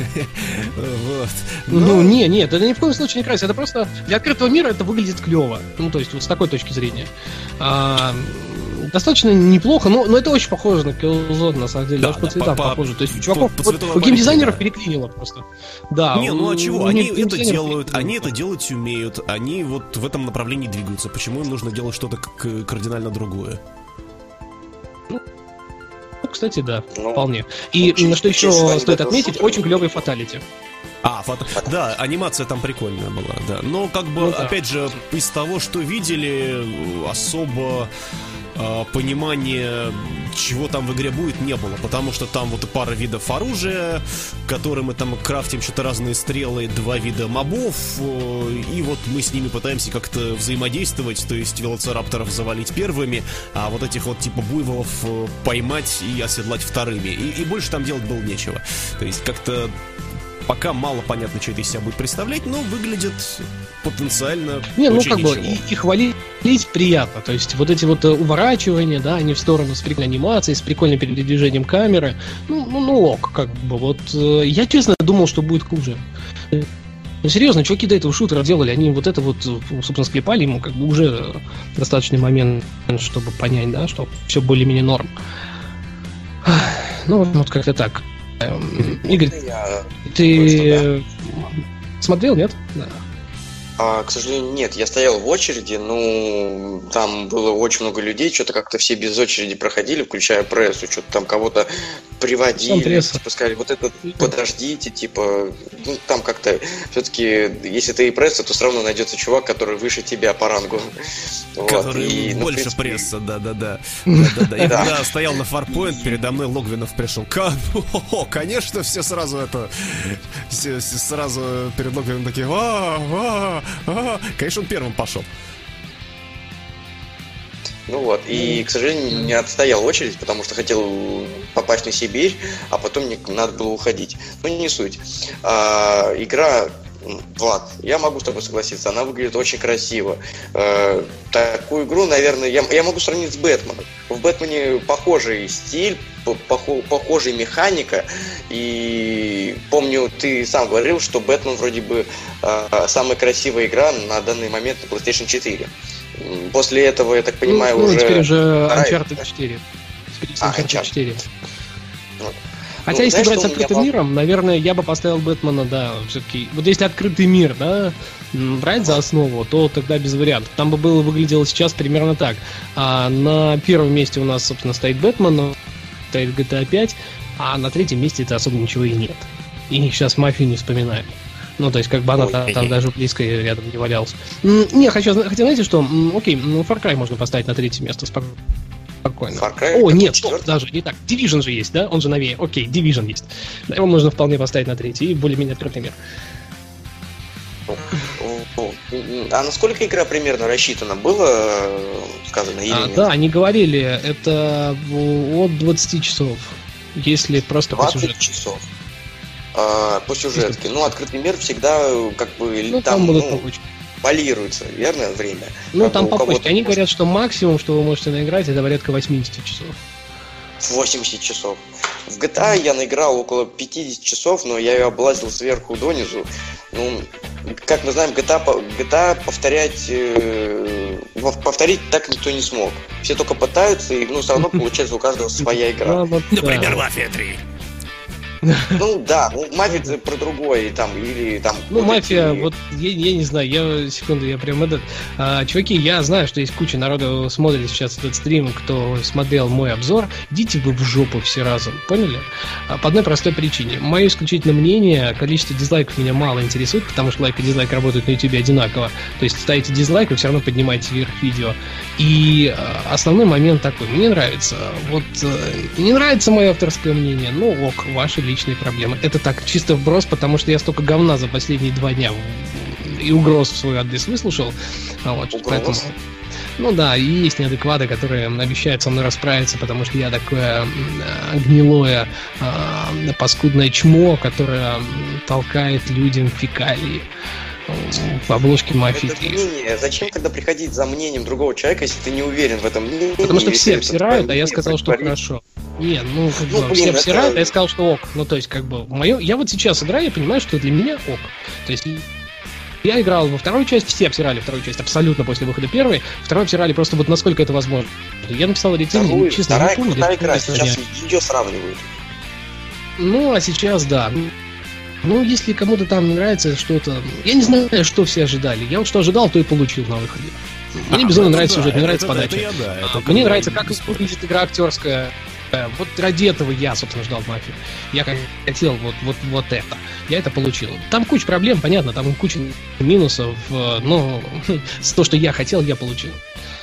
Ну, нет, это ни в коем случае не Crysis. Это просто для открытого мира это выглядит клево. Ну, то есть, вот с такой точки зрения. Достаточно неплохо, но это очень похоже на Killzone, на самом деле, даже по цветам похоже. То есть у чуваков, у геймдизайнеров переклинило просто. Да. Не, ну а чего? Они это делают, они это делать умеют, они вот в этом направлении двигаются. Почему им нужно делать что-то кардинально другое? Ну, кстати, да, вполне. И что еще стоит отметить, очень клевый фаталити. Да, анимация там прикольная была, да. Но как бы, опять же, из того, что видели, особо понимания, чего там в игре будет, не было. Потому что там вот пара видов оружия, которым мы там крафтим что-то разные стрелы, 2 вида мобов, и вот мы с ними пытаемся как-то взаимодействовать, то есть велоцирапторов завалить первыми, а вот этих вот типа буйволов поймать и оседлать вторыми. И больше там делать было нечего. То есть как-то пока мало понятно, что это из себя будет представлять, но выглядит потенциально Не, ну очень как бы ничего. и хвалить приятно. То есть вот эти вот уворачивания, да, они в сторону с прикольной анимацией, с прикольным передвижением камеры. Ну ок, как бы вот. Я честно думал, что будет хуже. Ну серьезно, чуваки до этого шутера делали, они вот это вот, собственно, склепали ему как бы уже достаточный момент, чтобы понять, да, что все более-менее норм. Ну вот как-то так. Игорь, ты смотрел, нет? Да. К сожалению, нет. Я стоял в очереди, ну, там было очень много людей, что-то как-то все без очереди проходили, включая прессу, что-то там кого-то приводили, типа сказали, вот это подождите, типа, ну, там как-то все-таки, если ты и пресса, то все равно найдется чувак, который выше тебя по рангу. Который вот, и, больше принципе... пресса, да-да-да. Я когда стоял на Farpoint, передо мной Логвинов пришел. Конечно, все сразу это... Все сразу перед Логвином такие... Конечно, он первым пошел. Ну вот, и, к сожалению, не отстоял очередь, потому что хотел попасть на Сибирь, а потом мне надо было уходить. Ну, не суть. Игра, Влад, я могу с тобой согласиться, она выглядит очень красиво. Такую игру, наверное, я могу сравнить с Бэтменом. В Бэтмене похожий стиль, похожая механика, и помню, ты сам говорил, что Бэтмен вроде бы самая красивая игра на данный момент на PlayStation 4. После этого, я так понимаю, уже... теперь уже Uncharted 4. Uncharted 4. Хотя, если брать с открытым миром, наверное, я бы поставил Бэтмена, да, все-таки. Вот если открытый мир, да, брать за основу, то тогда без вариантов. Там бы было выглядело сейчас примерно так. А на первом месте у нас, собственно, стоит Бэтмен, стоит GTA 5, а на третьем месте это особо ничего и нет. И сейчас мафию не вспоминаем. Ну, то есть, как бы она там даже близко рядом не валялась. Не, хотя, знаете что, окей, Far Cry можно поставить на третье место, спокойно. О, нет, стоп, даже не так. Division же есть, да? Он же новее. Окей, Division есть. Да, его можно вполне поставить на третий и более-менее открытый мир. А насколько игра примерно рассчитана? Было сказано или нет? Да, они говорили, это от 20 часов. Если просто 20 по сюжетке. Часов. По сюжетке. Ну, открытый мир всегда как бы там полируется, верно, время? Ну, там попозже. Они говорят, что максимум, что вы можете наиграть, это порядка 80 часов. 80 часов. В GTA я наиграл около 50 часов, но я ее облазил сверху донизу. Ну, как мы знаем, GTA повторить так никто не смог. Все только пытаются, и все равно получается у каждого своя игра. Например, Мафия 3. Ну да, Мафия про другое там, или там... Ну, Мафия, вот, я не знаю, я прям этот... чуваки, я знаю, что есть куча народу смотрит сейчас этот стрим, кто смотрел мой обзор. Идите вы в жопу все разом, поняли? По одной простой причине. Мое исключительное мнение, количество дизлайков меня мало интересует, потому что лайк и дизлайк работают на YouTube одинаково. То есть ставите дизлайк, вы все равно поднимаете вверх видео. И основной момент такой, мне нравится. Вот, не нравится мое авторское мнение, ну ок, ваши личные проблемы. Это так, чисто вброс, потому что я столько говна за последние 2 дня и угроз в свой адрес выслушал. Вот, поэтому... Ну да, и есть неадекваты, которые обещают со мной расправиться, потому что я такое гнилое, паскудное чмо, которое толкает людям фекалии в обложке Мафии 3. Зачем тогда приходить за мнением другого человека, если ты не уверен в этом мнении? Потому что все обсирают, а я сказал, что хорошо. Нет, все обсирают, а я сказал, что ок. Ну, то есть, как бы, я вот сейчас играю, я понимаю, что для меня ок. То есть, я играл во вторую часть, все обсирали вторую часть абсолютно после выхода первой. Вторую обсирали просто вот насколько это возможно. Я написал рецензию, честно, не помню. Вторая игра, сейчас ее сравнивают. Ну, а сейчас, да. Ну, если кому-то там не нравится что-то... Я не знаю, что все ожидали. Я вот что ожидал, то и получил на выходе. Мне безумно нравится сюжет, мне нравится подача. Мне нравится, как выглядит игра актерская. Вот ради этого я, собственно, ждал Мафию. Я хотел вот это. Я это получил. Там куча проблем, понятно, там куча минусов, но то, что я хотел, я получил.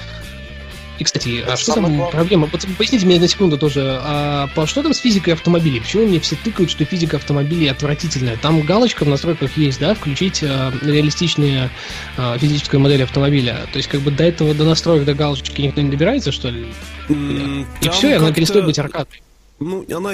И, кстати, а что там проблема? Поясните мне на секунду тоже, что там с физикой автомобилей? Почему мне все тыкают, что физика автомобилей отвратительная? Там галочка в настройках есть, да, включить реалистичные физическую модель автомобиля. То есть, как бы до этого, до настроек, до галочки никто не добирается, что ли? И все, и она перестает быть аркадой. Ну, она...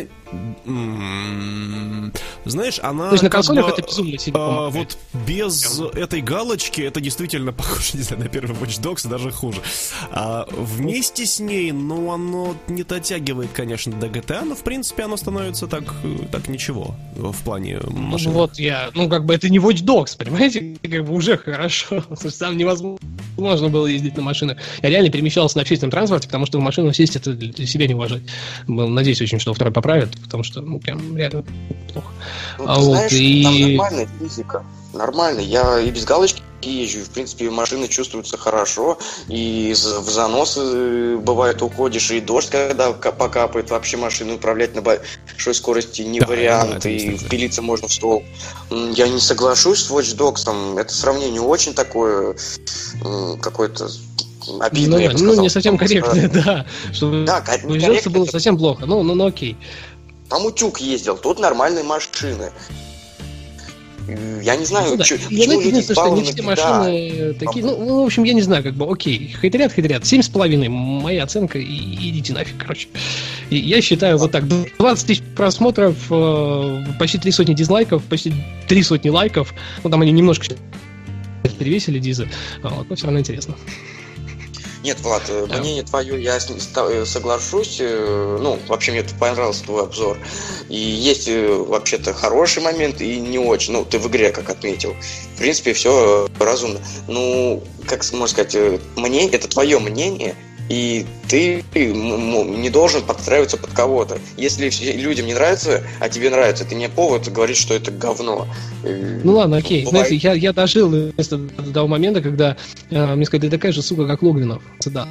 Знаешь, она... То есть на консолях это безумно сильно вот без этой галочки это действительно похоже, не знаю, на первый Watch Dogs, даже хуже. А вместе с ней, ну, оно не дотягивает, конечно, до GTA, но, в принципе, оно становится так ничего в плане машин. Ну, вот я... Ну, как бы это не Watch Dogs, понимаете? Как бы уже хорошо. Там невозможно было ездить на машинах. Я реально перемещался на общественном транспорте, потому что в машину сесть — это для себя не уважать. Надеюсь очень, что второй поправит, потому что, ну, прям реально плохо. Ну, ты знаешь, там нормальная физика. Нормально. Я и без галочки езжу. В принципе, машины чувствуются хорошо. И в заносы бывает уходишь. И дождь, когда покапает, вообще машину управлять на большой скорости не вариант. И впилиться можно в стол. Я не соглашусь с Watch Dogs. Это сравнение очень такое какое-то обидно, я бы сказал. Ну, не совсем корректно, да. Да, корректно было совсем плохо. Ну, окей. Там утюг ездил, тут нормальные машины. Я не знаю, ну, да. почему люди что не все машины такие. Ну, в общем, я не знаю, как бы, окей, хейтерят. 7,5 моя оценка, и идите нафиг, короче. И я считаю вот так: 20 тысяч просмотров, почти 3 сотни дизлайков, почти 3 сотни лайков. Ну, там они немножко перевесили дизы, вот, но все равно интересно. Нет, Влад, мнение твое, я соглашусь. Ну, вообще, мне понравился твой обзор. И есть вообще-то хороший момент и не очень. Ну, ты в игре как отметил. В принципе, все разумно. Ну, как можно сказать, это твое мнение, и ты не должен подстраиваться под кого-то. Если людям не нравится, а тебе нравится, это не повод говорить, что это говно. Ну ладно, окей. Бывает. Знаете, я дожил до того момента, когда мне сказали: ты такая же сука, как Логвинов. Да.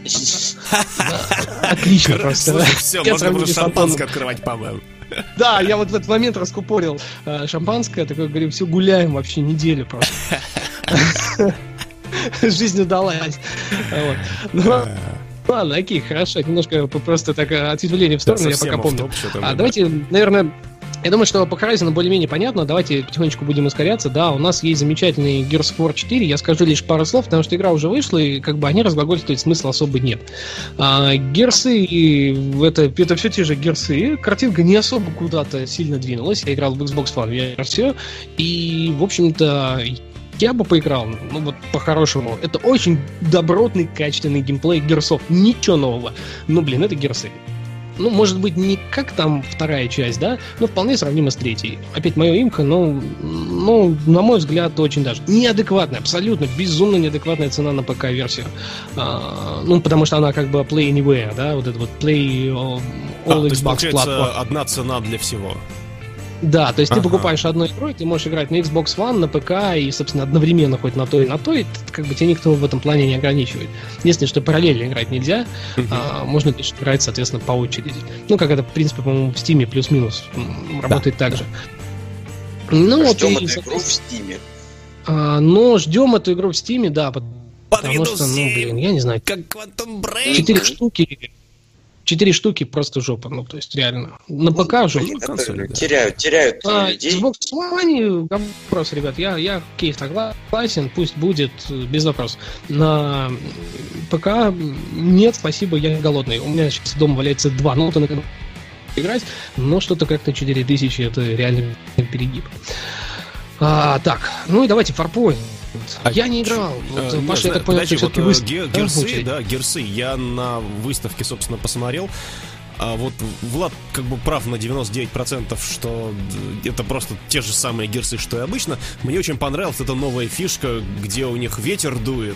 Отлично просто. Все, можно уже шампанское открывать, по-моему. Да, я вот в этот момент раскупорил шампанское, такой говорю: все, гуляем вообще неделю просто. Жизнь удалась. Ну, ладно, окей, хорошо. Немножко просто так ответвление в сторону, я пока помню. Давайте, наверное, я думаю, что по Horizon более-менее понятно. Давайте потихонечку будем ускоряться. Да, у нас есть замечательный Gears of War 4. Я скажу лишь пару слов, потому что игра уже вышла, и как бы они разглагольствовать смысла особо нет. Герсы, это все те же герсы. Картинка не особо куда-то сильно двинулась. Я играл в Xbox One версию, и, в общем-то, я бы поиграл, ну вот по-хорошему. Это очень добротный, качественный геймплей герсов. Ничего нового. Ну, блин, это герсы. Ну, может быть, не как там вторая часть, да, но вполне сравнимо с третьей. Опять мое имхо, но, на мой взгляд, очень даже неадекватная, абсолютно безумно неадекватная цена на ПК-версию. Ну, потому что она как бы Play Anywhere, да, вот это вот Play All Xbox платформа. Одна цена для всего. Да, то есть ты покупаешь одну игру, и ты можешь играть на Xbox One, на ПК, и, собственно, одновременно хоть на то, и как бы тебя никто в этом плане не ограничивает. Единственное, что параллельно играть нельзя, можно лишь играть, соответственно, по очереди. Ну, как это, в принципе, по-моему, в Steam плюс-минус работает так же. Ну, ждем эту игру в Steam. Но ждем эту игру в Steam, да, потому что, я не знаю, как Quantum Break. 4 штуки просто жопа, ну, то есть реально. На ПК жопа. Теряют людей. Xbox One, вопрос, ребят, я окей, согласен, пусть будет, без вопросов. На ПК нет, спасибо, я голодный. У меня сейчас дома валяется 2 ноута на играть, но что-то как-то 4000, это реально перегиб. Так, ну и давайте Farpoint. Я не играл. Паша, я так понял, что все-таки Герсы, да, Герсы. Я на выставке, собственно, посмотрел. А вот Влад как бы прав на 99%, что это просто те же самые герсы, что и обычно. Мне очень понравилась эта новая фишка, где у них ветер дует,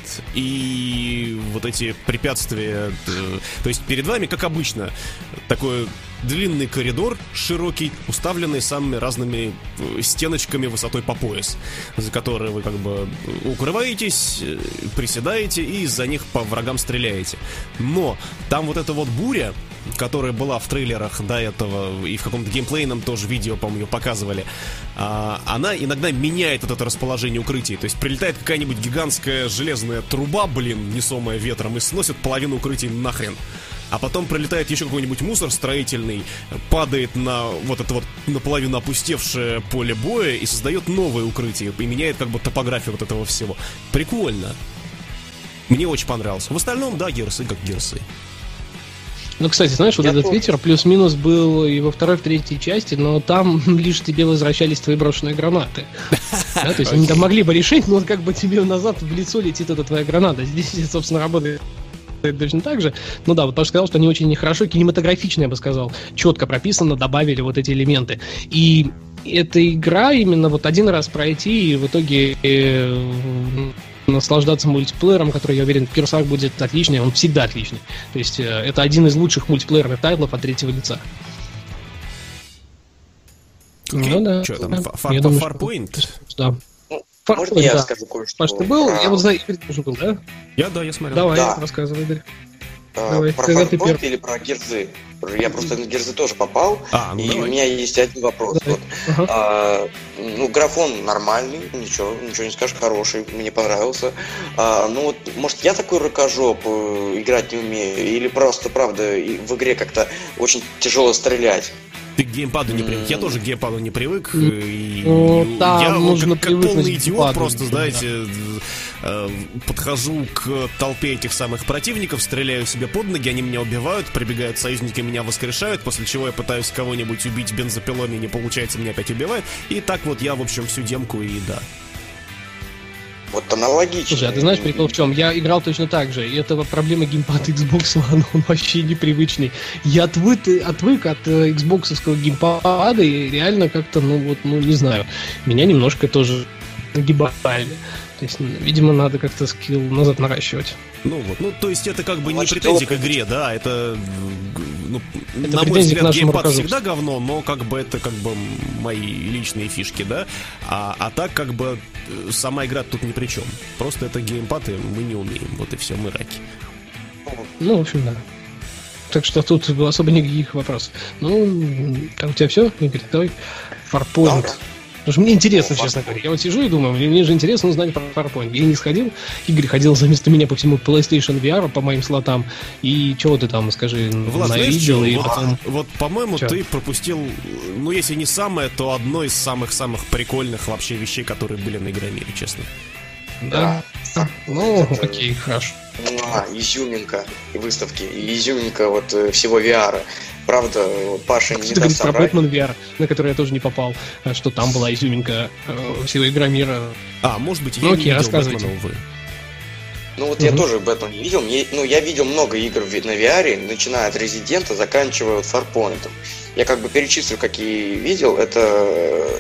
и вот эти препятствия. То есть перед вами, как обычно, такой длинный коридор, широкий, уставленный самыми разными стеночками высотой по пояс, за которые вы как бы укрываетесь, приседаете и из-за них по врагам стреляете. Но там вот эта вот буря, которая была в трейлерах до этого, и в каком-то геймплейном тоже видео, по-моему, ее показывали, она иногда меняет вот это расположение укрытий. То есть прилетает какая-нибудь гигантская железная труба, несомая ветром, и сносит половину укрытий нахрен. А потом прилетает еще какой-нибудь мусор строительный, падает на вот это вот наполовину опустевшее поле боя и создает новое укрытие, и меняет как бы топографию вот этого всего. Прикольно. Мне очень понравилось. В остальном, да, герсы как герсы. Ну, кстати, знаешь, вот этот ветер плюс-минус был и во второй, в третьей части, но там лишь тебе возвращались твои брошенные гранаты. То есть они там могли бы решить, но как бы тебе назад в лицо летит эта твоя граната. Здесь, собственно, работает точно так же. Ну да, вот Паша сказал, что они очень нехорошо, кинематографично, я бы сказал, четко прописано, добавили вот эти элементы. И эта игра именно вот один раз пройти и в итоге наслаждаться мультиплеером, который, я уверен, в Gears будет отличный, он всегда отличный. То есть это один из лучших мультиплеерных тайтлов от третьего лица. Ну да. Что там, Farpoint? Да. Можно я скажу кое-что? Паш, ты был? Я вот знаю, Игорь тоже был, да? Я смотрел. Давай, рассказывай, Игорь. Про Farpoint или про Герзы? Я просто на Герзы тоже попал, у меня есть один вопрос. Графон нормальный, ничего не скажешь, хороший, мне понравился. Может, я такой рукожоп, играть не умею, или просто, правда, в игре как-то очень тяжело стрелять? Ты к геймпаду не привык. Я тоже к геймпаду не привык. Я как полный идиот просто, знаете, подхожу к толпе этих самых противников, стреляю себе под ноги, они меня убивают, прибегают союзники, меня воскрешают, после чего я пытаюсь кого-нибудь убить бензопилами, не получается, меня опять убивают. И так вот я, в общем, всю демку и да. Вот аналогично. Слушай, а ты знаешь, прикол в чем? Я играл точно так же, и это проблема геймпада Xbox One, он вообще непривычный. Я отвык от Xbox-овского геймпада, и реально как-то, не знаю, меня немножко тоже нагибали. То есть, видимо, надо как-то скилл назад наращивать. То есть это как бы не претензия к игре, да, это это на мой взгляд, геймпад руководству. всегда говно, но как бы это как бы мои личные фишки, да, а так как бы сама игра тут ни при чем. Просто это геймпад, и мы не умеем, вот и все, мы раки. В общем, да. Так что тут особо никаких вопросов. Так у тебя все, Игорь, давай. Farpoint. Да. Потому что мне интересно, честно говоря. Я вот сижу и думаю, мне же интересно узнать про Farpoint. Я не сходил, Игорь ходил вместо меня по всему PlayStation VR, по моим слотам. И чего ты там, скажи, Влад, навидел? И потом... Вот, по-моему, ты пропустил, если не самое, то одно из самых-самых прикольных вообще вещей, которые были на Игромире, честно. Да? Окей, хорошо. Изюминка выставки, изюминка вот всего VR. Правда, Паша не даст про Бэтмен VR, на который я тоже не попал, что там была изюминка всего Игромира. Может быть, я не видел рассказывайте. Бэтмена, увы. Я тоже Бэтмен не видел. Я видел много игр на VR, начиная от Резидента, заканчивая Farpoint. Я как бы перечислю, какие видел. Это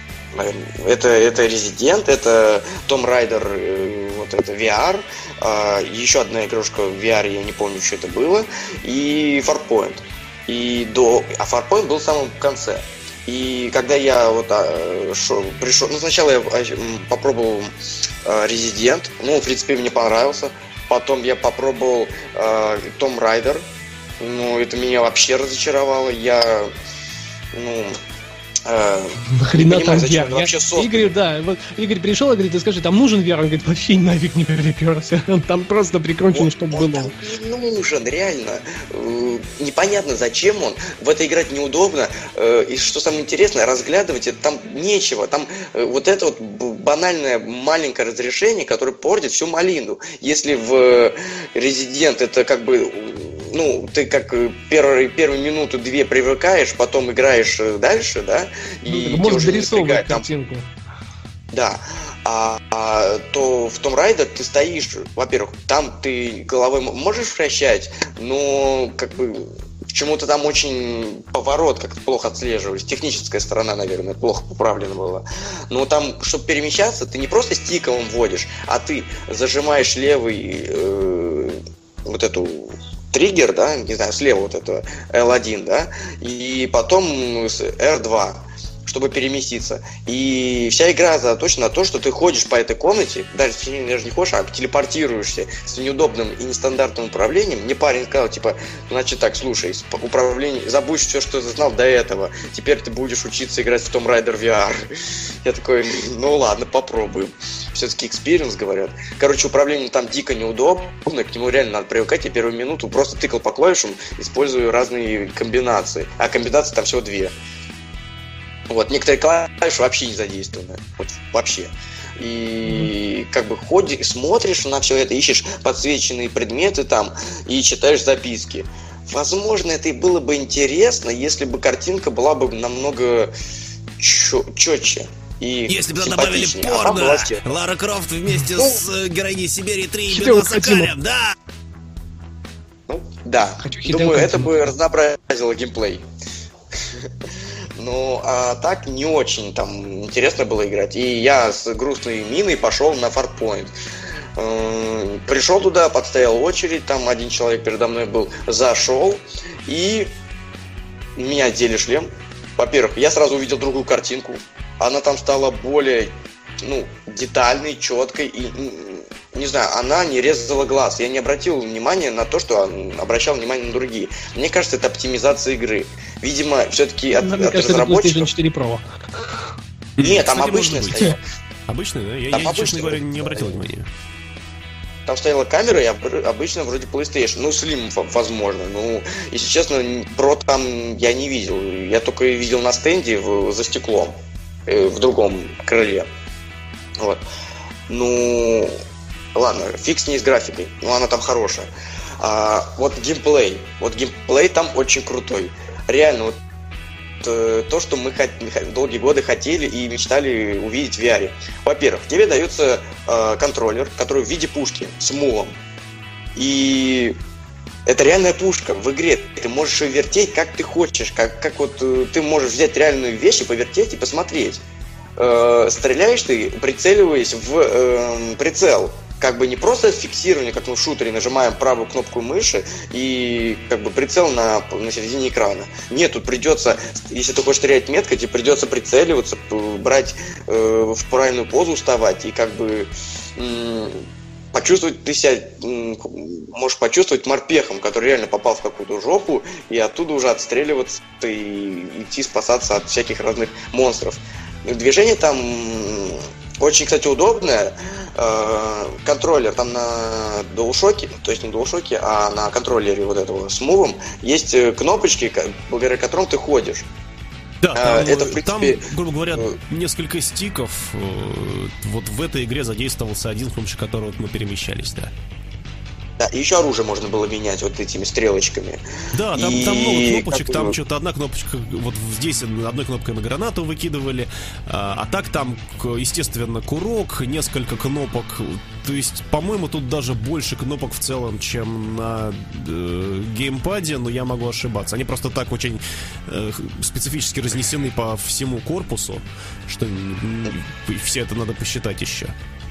Резидент, это Tomb Raider, вот это VR, еще одна игрушка в VR, я не помню, что это было, и Farpoint. А Farpoint был в самом конце. И когда я пришел, сначала я попробовал Resident, в принципе, мне понравился. Потом я попробовал Tomb Raider, это меня вообще разочаровало. Нахрена там VR? Игорь пришел и говорит, ты скажи, там нужен VR? Он говорит, вообще нафиг не приперся. Там просто прикручено, чтобы было. Там не нужен, реально. Непонятно, зачем он. В это играть неудобно. И что самое интересное, разглядывать это там нечего. Там вот это вот банальное маленькое разрешение, которое портит всю малину. Если в Resident это как бы... ты как первую минуту-две привыкаешь, потом играешь дальше, да? И можно дорисовывать картинку. Да. То в Tomb Raider ты стоишь, во-первых, там ты головой можешь вращать, но как бы почему-то там очень поворот как-то плохо отслеживались. Техническая сторона, наверное, плохо поправлена была. Но там, чтобы перемещаться, ты не просто стиком вводишь, а ты зажимаешь левый вот эту триггер, да, не знаю, слева вот это L1, да, и потом R2, чтобы переместиться. И вся игра заточена на то, что ты ходишь по этой комнате, даже не ходишь, а телепортируешься с неудобным и нестандартным управлением. Мне парень сказал, значит так, слушай, управление, забудь все, что ты знал до этого, теперь ты будешь учиться играть в Tomb Raider VR. Я такой, ладно, попробуем. Все-таки экспириенс, говорят. Короче, управление там дико неудобно, к нему реально надо привыкать. Я первую минуту просто тыкал по клавишам, используя разные комбинации. А комбинаций там всего 2. Некоторые клавиши вообще не задействованы. Вообще. И как бы ходишь, смотришь на все это, ищешь подсвеченные предметы там и читаешь записки. возможно, это и было бы интересно, если бы картинка была бы намного четче. И если бы добавили порно, Лара Крофт вместе с героиней Сибири 3 и Беном Сакарем, да! Да, думаю, это бы разнообразило геймплей. Ну, а так не очень там интересно было играть. И я с грустной миной пошел на Farpoint. Пришел туда, подстоял очередь, там один человек передо мной был, зашел, и меня одели шлем. Во-первых, я сразу увидел другую картинку. Она там стала более, детальной, четкой и, не знаю, она не резала глаз. Я не обратил внимания на то, что обращал внимание на другие. Мне кажется, это оптимизация игры. Видимо, все-таки от разработчиков... PlayStation 4 Pro. Нет, там обычная стояла. Обычная, да? Я, честно говоря, не обратил внимания. Там стояла камера, и обычно вроде PlayStation. Slim, возможно. Если честно, Pro там я не видел. Я только видел на стенде за стеклом. В другом крыле. Вот. Ладно, фиг с ней с графикой. Она там хорошая. Вот геймплей. Вот геймплей там очень крутой. Реально, то, что мы долгие годы хотели и мечтали увидеть в VR. Во-первых, тебе дается контроллер, который в виде пушки с мулом. И это реальная пушка в игре. Ты можешь ее вертеть как ты хочешь. Как вот ты можешь взять реальную вещь и повертеть и посмотреть. Стреляешь ты, прицеливаясь в прицел. Как бы не просто фиксирование, как мы в шутере нажимаем правую кнопку мыши и как бы прицел на середине экрана. Нет, тут придется, если ты хочешь стрелять метко, тебе придется прицеливаться, брать в правильную позу, вставать и как бы почувствовать, ты себя можешь почувствовать морпехом, который реально попал в какую-то жопу, и оттуда уже отстреливаться и идти спасаться от всяких разных монстров. Движение там очень, кстати, удобное. Контроллер там на DualShock, то есть не DualShock, а на контроллере вот этого с мувом есть кнопочки, благодаря которым ты ходишь. Да, там, это, в принципе, там, грубо говоря, несколько стиков. Вот в этой игре задействовался один, с помощью которого мы перемещались, да. Да, и еще оружие можно было менять вот этими стрелочками. Да, там много кнопочек, там что-то одна кнопочка, вот здесь одной кнопкой мы гранату выкидывали, а так там, естественно, курок, несколько кнопок, то есть, по-моему, тут даже больше кнопок в целом, чем на геймпаде, но я могу ошибаться. Они просто так очень специфически разнесены по всему корпусу, что все это надо посчитать еще.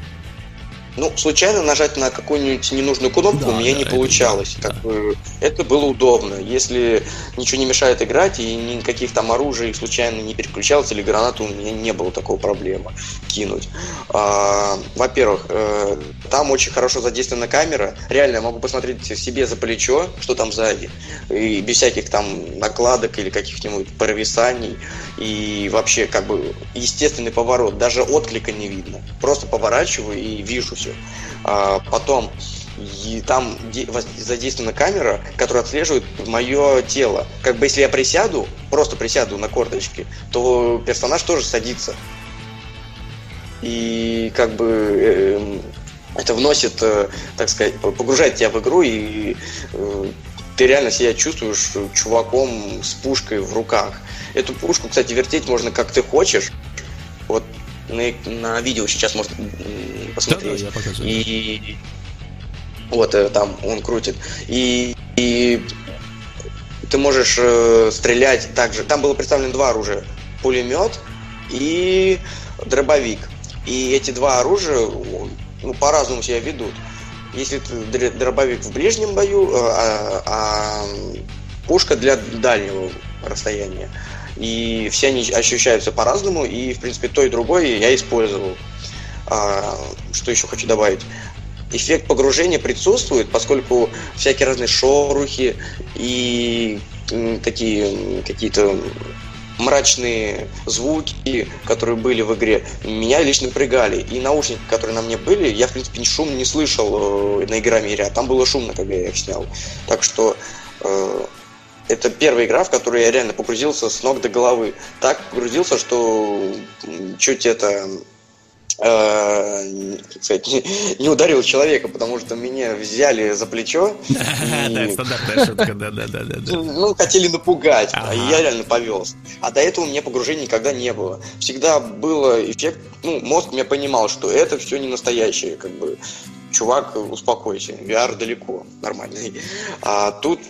Случайно нажать на какую-нибудь ненужную кнопку у меня не получалось. Это было удобно. Если ничего не мешает играть и никаких там оружий случайно не переключалось или гранату, у меня не было такой проблемы кинуть. Во-первых, там очень хорошо задействована камера. Реально, я могу посмотреть себе за плечо, что там сзади. И без всяких там накладок или каких-нибудь провисаний. И вообще, как бы, естественный поворот. Даже отклика не видно. Просто поворачиваю и вижу все. Потом там задействована камера, которая отслеживает мое тело. Как бы если я просто присяду на корточки, то персонаж тоже садится. И как бы это вносит, так сказать, погружает тебя в игру, и ты реально себя чувствуешь чуваком с пушкой в руках. Эту пушку, кстати, вертеть можно как ты хочешь. Вот на видео сейчас можно посмотреть. Да, я показываю. И вот там он крутит. И ты можешь стрелять также. Там было представлено два оружия: пулемет и дробовик. И эти два оружия по-разному себя ведут. Если дробовик в ближнем бою, а пушка для дальнего расстояния. И все они ощущаются по-разному, и, в принципе, то и другое я использовал. Что еще хочу добавить? Эффект погружения присутствует, поскольку всякие разные шорохи и какие-то мрачные звуки, которые были в игре, меня лично напрягали. И наушники, которые на мне были, я, в принципе, шум не слышал на Игромире, а там было шумно, когда я их снял. Так что это первая игра, в которую я реально погрузился с ног до головы. Так погрузился, что чуть как сказать, не ударил человека, потому что меня взяли за плечо. Да, стандартная шутка, да. Ну, хотели напугать, и я реально повелся. А до этого у меня погружения никогда не было. Всегда было эффект, ну, мозг меня понимал, что это все не настоящее, как бы, чувак, успокойся, VR далеко, нормальный. А тут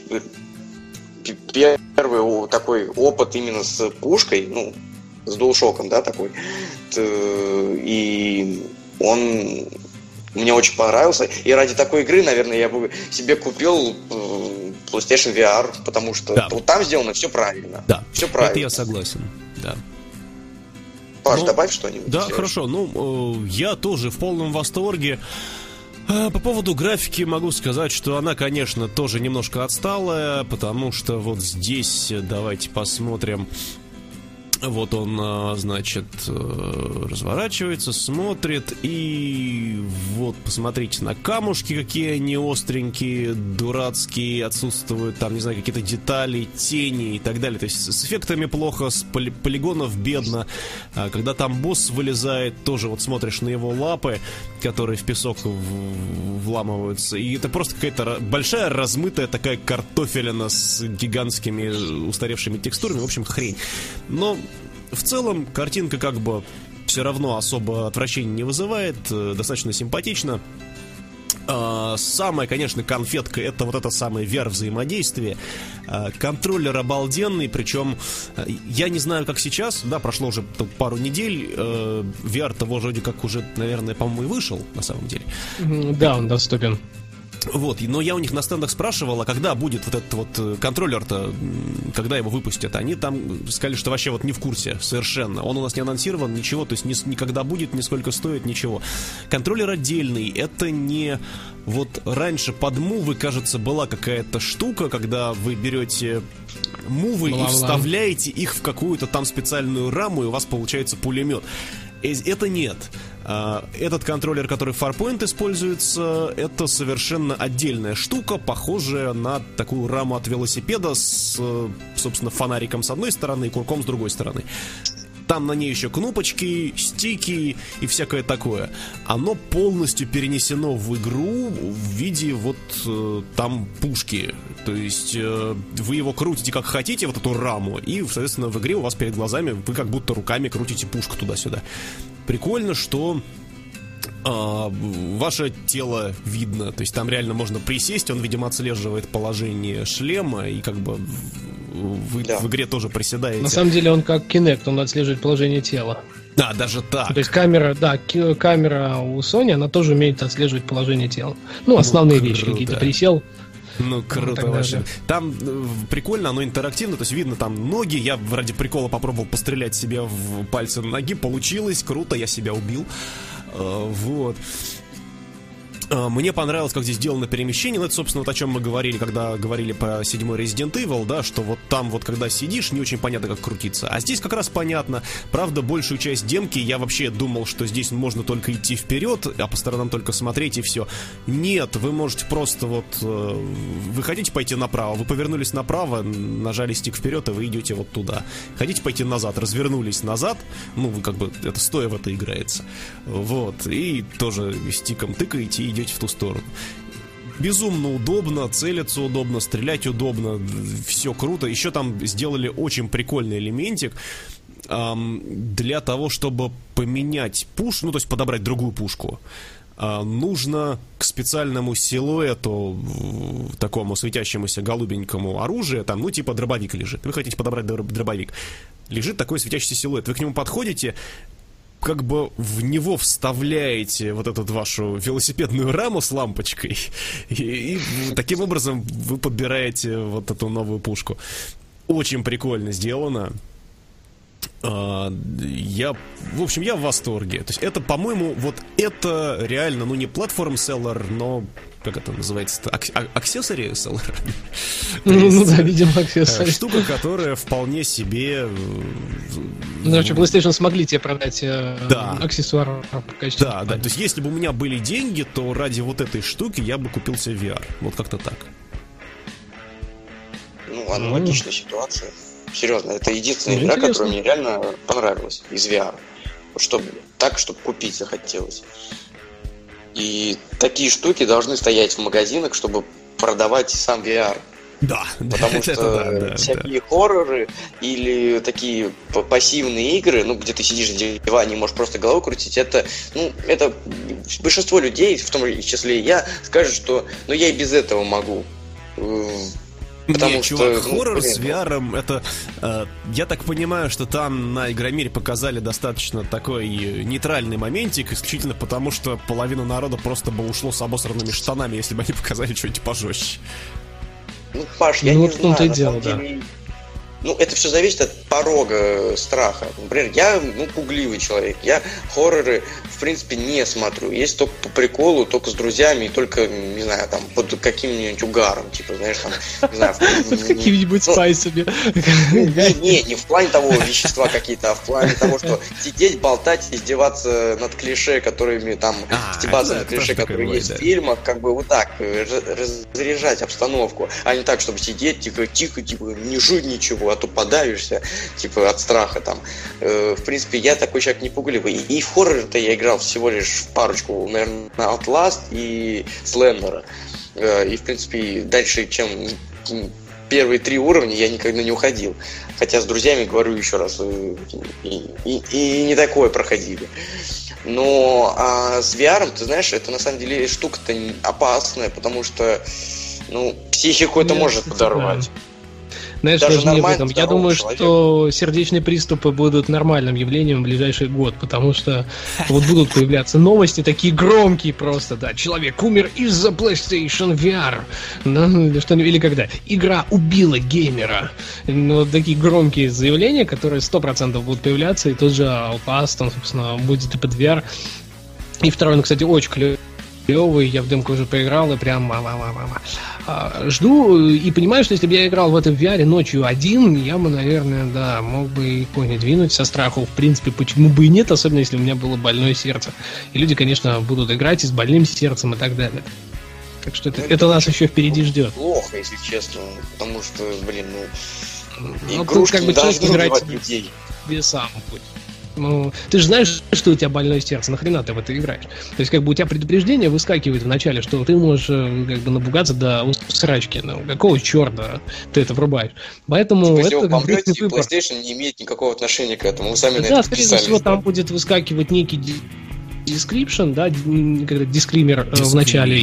первый такой опыт именно с пушкой, ну, с DualShock'ом, да, такой. И он мне очень понравился. И ради такой игры, наверное, я бы себе купил PlayStation VR, потому что вот там сделано все правильно. Да, все правильно. Это я согласен, да. Паш, добавь что-нибудь. Да, хорошо. Ну, я тоже в полном восторге. По поводу графики могу сказать, что она, конечно, тоже немножко отсталая, потому что вот здесь, давайте посмотрим. Вот он, значит, разворачивается, смотрит, и вот, посмотрите на камушки, какие они остренькие, дурацкие, отсутствуют там, не знаю, какие-то детали, тени и так далее. То есть с эффектами плохо, с полигонов бедно. Когда там босс вылезает, тоже вот смотришь на его лапы, которые в песок вламываются, и это просто какая-то большая размытая такая картофелина с гигантскими устаревшими текстурами, в общем, хрень. Но в целом картинка как бы все равно особо отвращения не вызывает, достаточно симпатично. Самая, конечно, конфетка — это вот это самое VR-взаимодействие. Контроллер обалденный, причем я не знаю, как сейчас, да, прошло уже пару недель, VR-то вроде как уже, наверное, по-моему, и вышел, на самом деле. Да, он доступен. Вот, но я у них на стендах спрашивал, а когда будет вот этот вот контроллер-то, когда его выпустят? Они там сказали, что вообще вот не в курсе совершенно. Он у нас не анонсирован, ничего, то есть никогда будет, ни сколько стоит, ничего. Контроллер отдельный, это не... Вот раньше под мувы, кажется, была какая-то штука, когда вы берете мувы и вставляете их в какую-то там специальную раму, и у вас получается пулемет. Это нет. Этот контроллер, который в Farpoint используется, это совершенно отдельная штука, похожая на такую раму от велосипеда с, собственно, фонариком с одной стороны и курком с другой стороны. Там на ней еще кнопочки, стики и всякое такое. Оно полностью перенесено в игру в виде вот там пушки. То есть вы его крутите как хотите, вот эту раму, и, соответственно, в игре у вас перед глазами вы как будто руками крутите пушку туда-сюда. Прикольно, что ваше тело видно. То есть там реально можно присесть, он, видимо, отслеживает положение шлема, и как бы вы в игре тоже приседаете. На самом деле он как Kinect, он отслеживает положение тела. Да, даже так. То есть камера, да, камера у Sony, она тоже умеет отслеживать положение тела. Ну, основные вещи какие-то. Присел. Ну, круто вообще. Там прикольно, оно интерактивно, то есть видно там ноги. Я ради прикола попробовал пострелять себе в пальцы ноги. Получилось, круто, я себя убил. Вот. Мне понравилось, как здесь сделано перемещение. Ну, это, собственно, вот о чем мы говорили, когда говорили про 7-й Resident Evil, да, что вот там вот, когда сидишь, не очень понятно, как крутиться. А здесь как раз понятно. Правда, большую часть демки я вообще думал, что здесь можно только идти вперед, а по сторонам только смотреть и все. Нет, вы можете просто вот... Вы хотите пойти направо, вы повернулись направо, нажали стик вперед, и вы идете вот туда. Хотите пойти назад, развернулись назад, ну, вы как бы, это стоя в это играется. Вот, и тоже стиком тыкаете и идете в ту сторону. Безумно удобно, целиться удобно, стрелять удобно, все круто. Еще там сделали очень прикольный элементик для того, чтобы поменять пушку, ну, то есть подобрать другую пушку. Нужно к специальному силуэту, такому светящемуся голубенькому оружию, там, ну, типа дробовик лежит. Вы хотите подобрать дробовик. Лежит такой светящийся силуэт. Вы к нему подходите, как бы в него вставляете вот эту вашу велосипедную раму с лампочкой, и таким образом вы подбираете вот эту новую пушку. Очень прикольно сделано. Я в восторге. То есть это, по-моему, вот это реально, ну, не платформ-селлер, но как это называется-то? Аксессори-селлер? Ну да, видимо, аксессори. Штука, которая вполне себе... Ну, короче, PlayStation смогли тебе продать аксессуар в качестве... Да, да, то есть если бы у меня были деньги, то ради вот этой штуки я бы купил себе VR. Вот как-то так. Ну, аналогичная ситуация. Серьезно, это единственная игра, которая мне реально понравилась из VR. чтобы купить захотелось. И такие штуки должны стоять в магазинах, чтобы продавать сам VR. Да, потому что всякие хорроры или такие пассивные игры, где ты сидишь на диване и можешь просто головой крутить, это большинство людей, в том числе и я, скажут, что я и без этого могу. Потому что хоррор с VR, это... я так понимаю, что там на Игромире показали достаточно такой нейтральный моментик, исключительно потому, что половина народа просто бы ушло с обосранными штанами, если бы они показали что-нибудь пожестче. Паш, я не знаю, на самом деле... это все зависит от порога страха. Например, я, пугливый человек. Я хорроры, в принципе, не смотрю. Есть только по приколу, только с друзьями, и только, не знаю, там, под каким-нибудь угаром. Типа, знаешь, там, не знаю... Под какими-нибудь спайсами. Не в плане того вещества какие-то, а в плане того, что сидеть, болтать, издеваться над клише, которыми там... Стебаться над клише, которые есть в фильмах, как бы вот так, разряжать обстановку. А не так, чтобы сидеть, тихо, не жуть ничего, а то подавишься, от страха там. В принципе, я такой человек не пугливый. И в хоррор-то я играл всего лишь в парочку, наверное, Outlast и Slender. И, в принципе, дальше, чем первые 3 уровня, я никогда не уходил. Хотя с друзьями, говорю еще раз, и не такое проходили. Но с VR, ты знаешь, это на самом деле штука-то опасная, потому что, психику это может подорвать. Знаешь, даже не в этом. Я думаю, что сердечные приступы будут нормальным явлением в ближайший год, потому что будут появляться новости такие громкие просто, да, человек умер из-за PlayStation VR, или когда игра убила геймера. Такие громкие заявления, которые 100% будут появляться, и тот же Outlast, он, собственно, будет и под VR. И второй, кстати, очень клевый, я в демку уже поиграл, и прям жду и понимаю, что если бы я играл в этом VR ночью один, я бы, наверное, мог бы и не двинуть со страху. В принципе, почему бы и нет, особенно если у меня было больное сердце. И люди, конечно, будут играть и с больным сердцем и так далее. Так что это нас еще впереди ждет. Плохо, если честно, потому что, игрушки не должны убивать людей. Сам путь. Ты же знаешь, что у тебя больное сердце, нахрена ты в это играешь? То есть, у тебя предупреждение выскакивает в начале, что ты можешь напугаться до срачки. Какого черта ты это врубаешь? Поэтому если это вы помрете, PlayStation не имеет никакого отношения к этому. Вы сами на это скорее всего, там будет выскакивать некий description, дисклеймер в начале,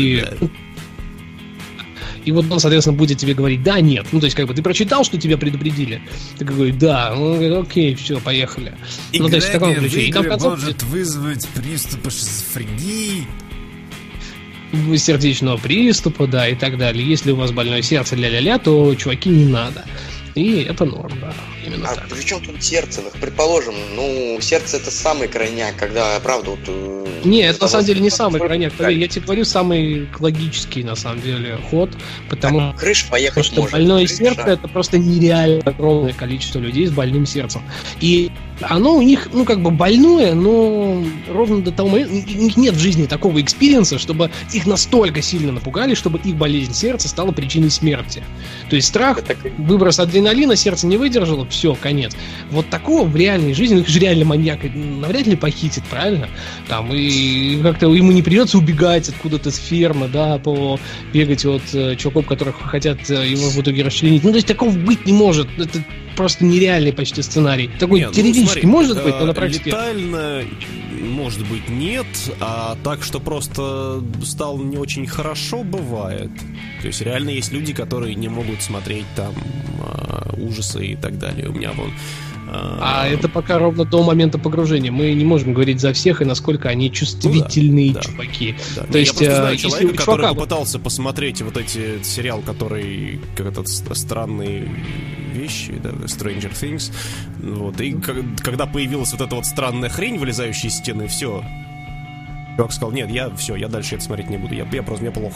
и вот он, соответственно, будет тебе говорить «да», «нет». То есть, ты прочитал, что тебя предупредили. Ты говоришь «да», окей, все, поехали. То есть, в таком ключе. И там в конце может вызвать приступы шизофрении, сердечного приступа, да, и так далее. Если у вас больное сердце, ля-ля-ля, то, чуваки, не надо. И это норм, да, именно так. При чем тут сердце? Предположим, сердце это самый крайняк, когда, правда, Не, это на самом деле не самый крайняк. Я тебе говорю, самый логический, на самом деле, ход, потому что больное сердце это просто нереально огромное количество людей с больным сердцем. И оно у них, больное, но ровно до того момента, у них нет в жизни такого экспириенса, чтобы их настолько сильно напугали, чтобы их болезнь сердца стала причиной смерти. То есть страх, выброс адреналина, сердце не выдержало, все, конец. Вот такого в реальной жизни, их же реально маньяк навряд ли похитит, правильно? И как-то ему не придется убегать откуда-то с фермы, побегать от чуваков, которых хотят его в итоге расчленить. То есть такого быть не может. Это просто нереальный почти сценарий. Такой теоретически может быть, но на практике... Летально, может быть, нет, а так, что просто стало не очень хорошо, бывает. То есть реально есть люди, которые не могут смотреть там ужасы и так далее. У меня А это пока ровно до момента погружения. Мы не можем говорить за всех и насколько они чувствительные чуваки. Да. То есть, я знаю человека, который попытался посмотреть эти сериал, который как этот странные вещи, Stranger Things. И когда появилась эта странная хрень, вылезающая из стены, все. Чувак сказал: нет, я дальше это смотреть не буду. Мне плохо.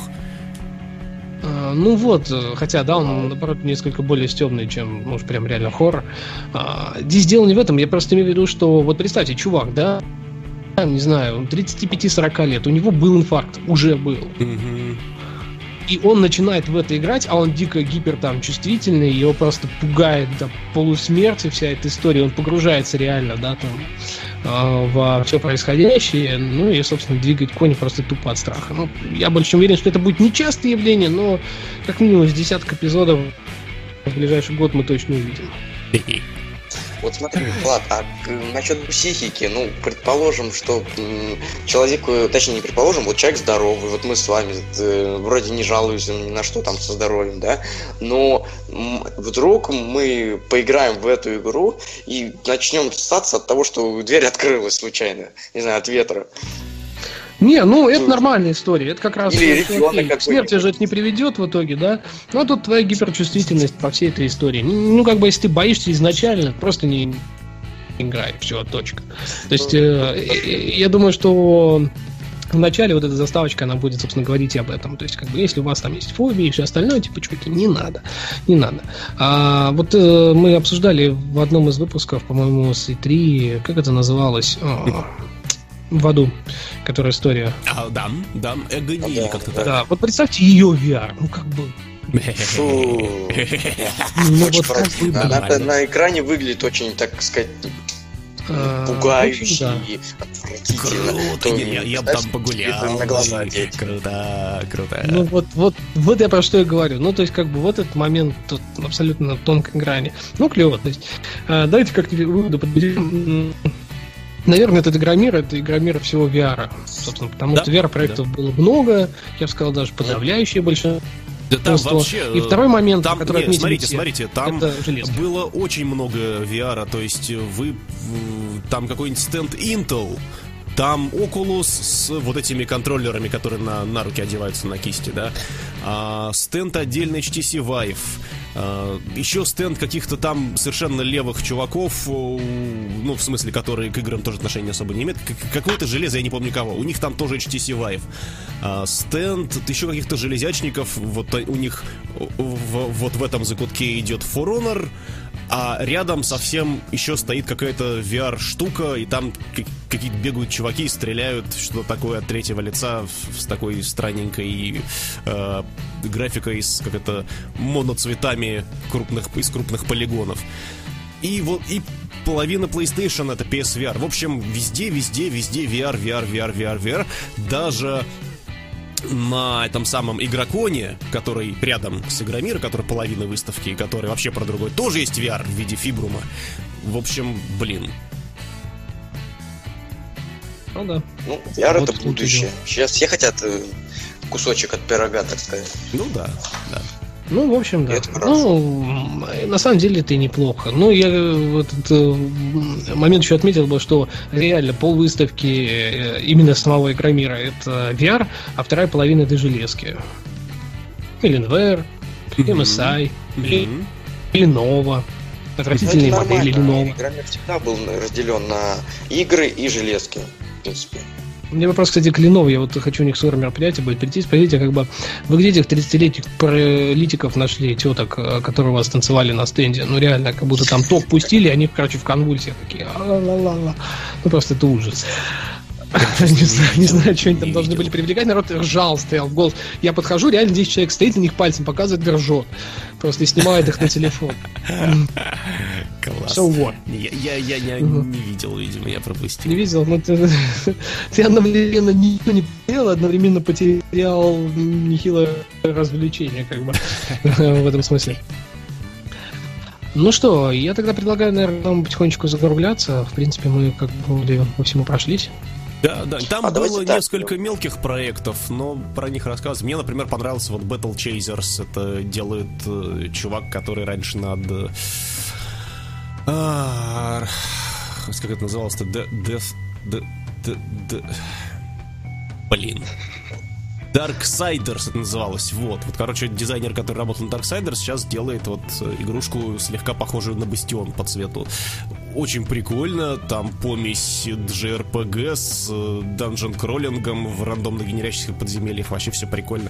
Хотя, он, наоборот, несколько более стёмный, чем, уж прям реально хоррор. Здесь дело не в этом, я просто имею в виду, что, представьте, чувак, не знаю, 35-40 лет, у него был инфаркт, уже был. И он начинает в это играть, а он дико гипер там чувствительный, его просто пугает до полусмерти вся эта история, он погружается реально, да, там во все происходящее, ну и, собственно, двигать кони просто тупо от страха. Ну, я больше чем уверен, что это будет нечастое явление, но как минимум с десяток эпизодов в ближайший год мы точно увидим. Вот смотри, Влад, а насчет психики, ну, предположим, что человеку, точнее, не предположим, вот человек здоровый, вот мы с вами вроде не жалуемся ни на что там со здоровьем, да, но вдруг мы поиграем в эту игру и начнем ссаться от того, что дверь открылась случайно, не знаю, от ветра. Не, ну это нормальная история. Это как раз к смерти же это не приведет в итоге, да? Ну а тут твоя гиперчувствительность по всей этой истории. Ну, как бы, если ты боишься изначально, просто не играй, все, точка. То есть, я думаю, что вначале вот эта заставочка, она будет, собственно, говорить и об этом. То есть, как бы, если у вас там есть фобии и все остальное, типа, чуваки, не надо. А вот мы обсуждали в одном из выпусков, по-моему, с E3, как это называлось? В аду, которая история. Да, Эгони или как-то так. Да, вот представьте ее VR, ну как бы. На экране выглядит очень, так сказать, пугающе и отвратительно. Круто, я бы там погулял. На глаза одеть. Круто. Ну вот я про что и говорю. Ну, то есть, как бы, вот этот момент тут абсолютно на тонкой грани. Ну, клево. То есть, давайте как-то выводы подберем. Наверное, это Игромир всего VR, собственно, потому что VR-проектов было много, я бы сказал, даже подавляющее большинство. Да там вообще... И второй момент, там, который отметили смотрите, там было очень много VR, то есть вы... Там какой-нибудь стенд Intel, там Oculus с вот этими контроллерами, которые на руки одеваются на кисти, да. Стенд отдельно HTC Vive. Еще стенд каких-то там совершенно левых чуваков, ну, в смысле, которые к играм тоже отношения особо не имеют. Какое-то железо, я не помню кого. У них там тоже HTC Vive. Стенд еще каких-то железячников. Вот у них вот в этом закутке идет For Honor, а рядом совсем еще стоит какая-то VR-штука, и там какие-то бегают чуваки и стреляют, что такое от третьего лица с такой странненькой графикой, с как-то моноцветами из крупных полигонов. И вот и половина PlayStation — это PSVR. В общем, везде VR. Даже на этом самом Игроконе, который рядом с Игромиром, который половина выставки, который вообще про другой, тоже есть VR в виде Фибрума. В общем, блин. Ну да. Ну, VR вот это будущее. Сейчас все хотят кусочек от пирога, так сказать. Ну да. Ну, в общем, да. Ну, на самом деле это и неплохо. Ну, я в этот момент еще отметил бы, что реально полвыставки именно самого Игромира — это VR, а вторая половина — это железки. Alienware, MSI, Lenovo. Отвратительные модели Lenovo. Игромир всегда был разделен на игры и железки, в принципе. У меня вопрос, кстати, к Lenovo. Я вот хочу у них скоро мероприятие будет прийти. Спросите, как бы, вы где этих 30-летних паралитиков нашли, теток, которые у вас танцевали на стенде? Ну, реально, как будто там ток пустили, они, короче, в конвульсиях такие. Ну, просто это ужас. Не знаю, что они там должны были привлекать. Народ ржал, стоял в голос. Я подхожу, реально 10 человек стоит, на них пальцем показывает, ржет. Просто и снимает их на телефон. Класс. So what? Я не видел, видимо, я пропустил. Не видел? Ну, ты одновременно ничего не потерял, одновременно потерял нехилое развлечение, как бы, в этом смысле. Ну что, я тогда предлагаю, наверное, потихонечку закругляться. В принципе, мы как бы по всему прошлись. Да, там было несколько мелких проектов, но про них рассказывать. Мне, например, понравился вот Battle Chasers. Это делает чувак, который раньше над... как это называлось-то? Блин. Darksiders это называлось. Вот, короче, дизайнер, который работал на Darksiders, сейчас делает вот игрушку, слегка похожую на Бастион по цвету. Очень прикольно. Там помесь JRPG с данжен-кроллингом в рандомно генерящихся подземельях. Вообще все прикольно.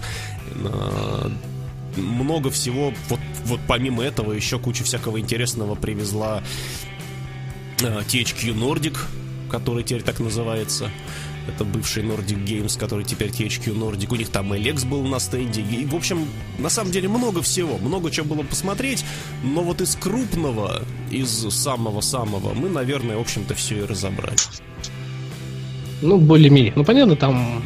Много всего. Вот помимо этого еще куча всякого интересного привезла THQ Nordic, который теперь так называется. Это бывший Nordic Games, который теперь THQ Nordic. У них там Alex был на стенде. И, в общем, на самом деле много всего. Много чего было посмотреть. Но вот из крупного, из самого-самого, мы, наверное, в общем-то, все и разобрали. Ну, более-менее. Ну, понятно, там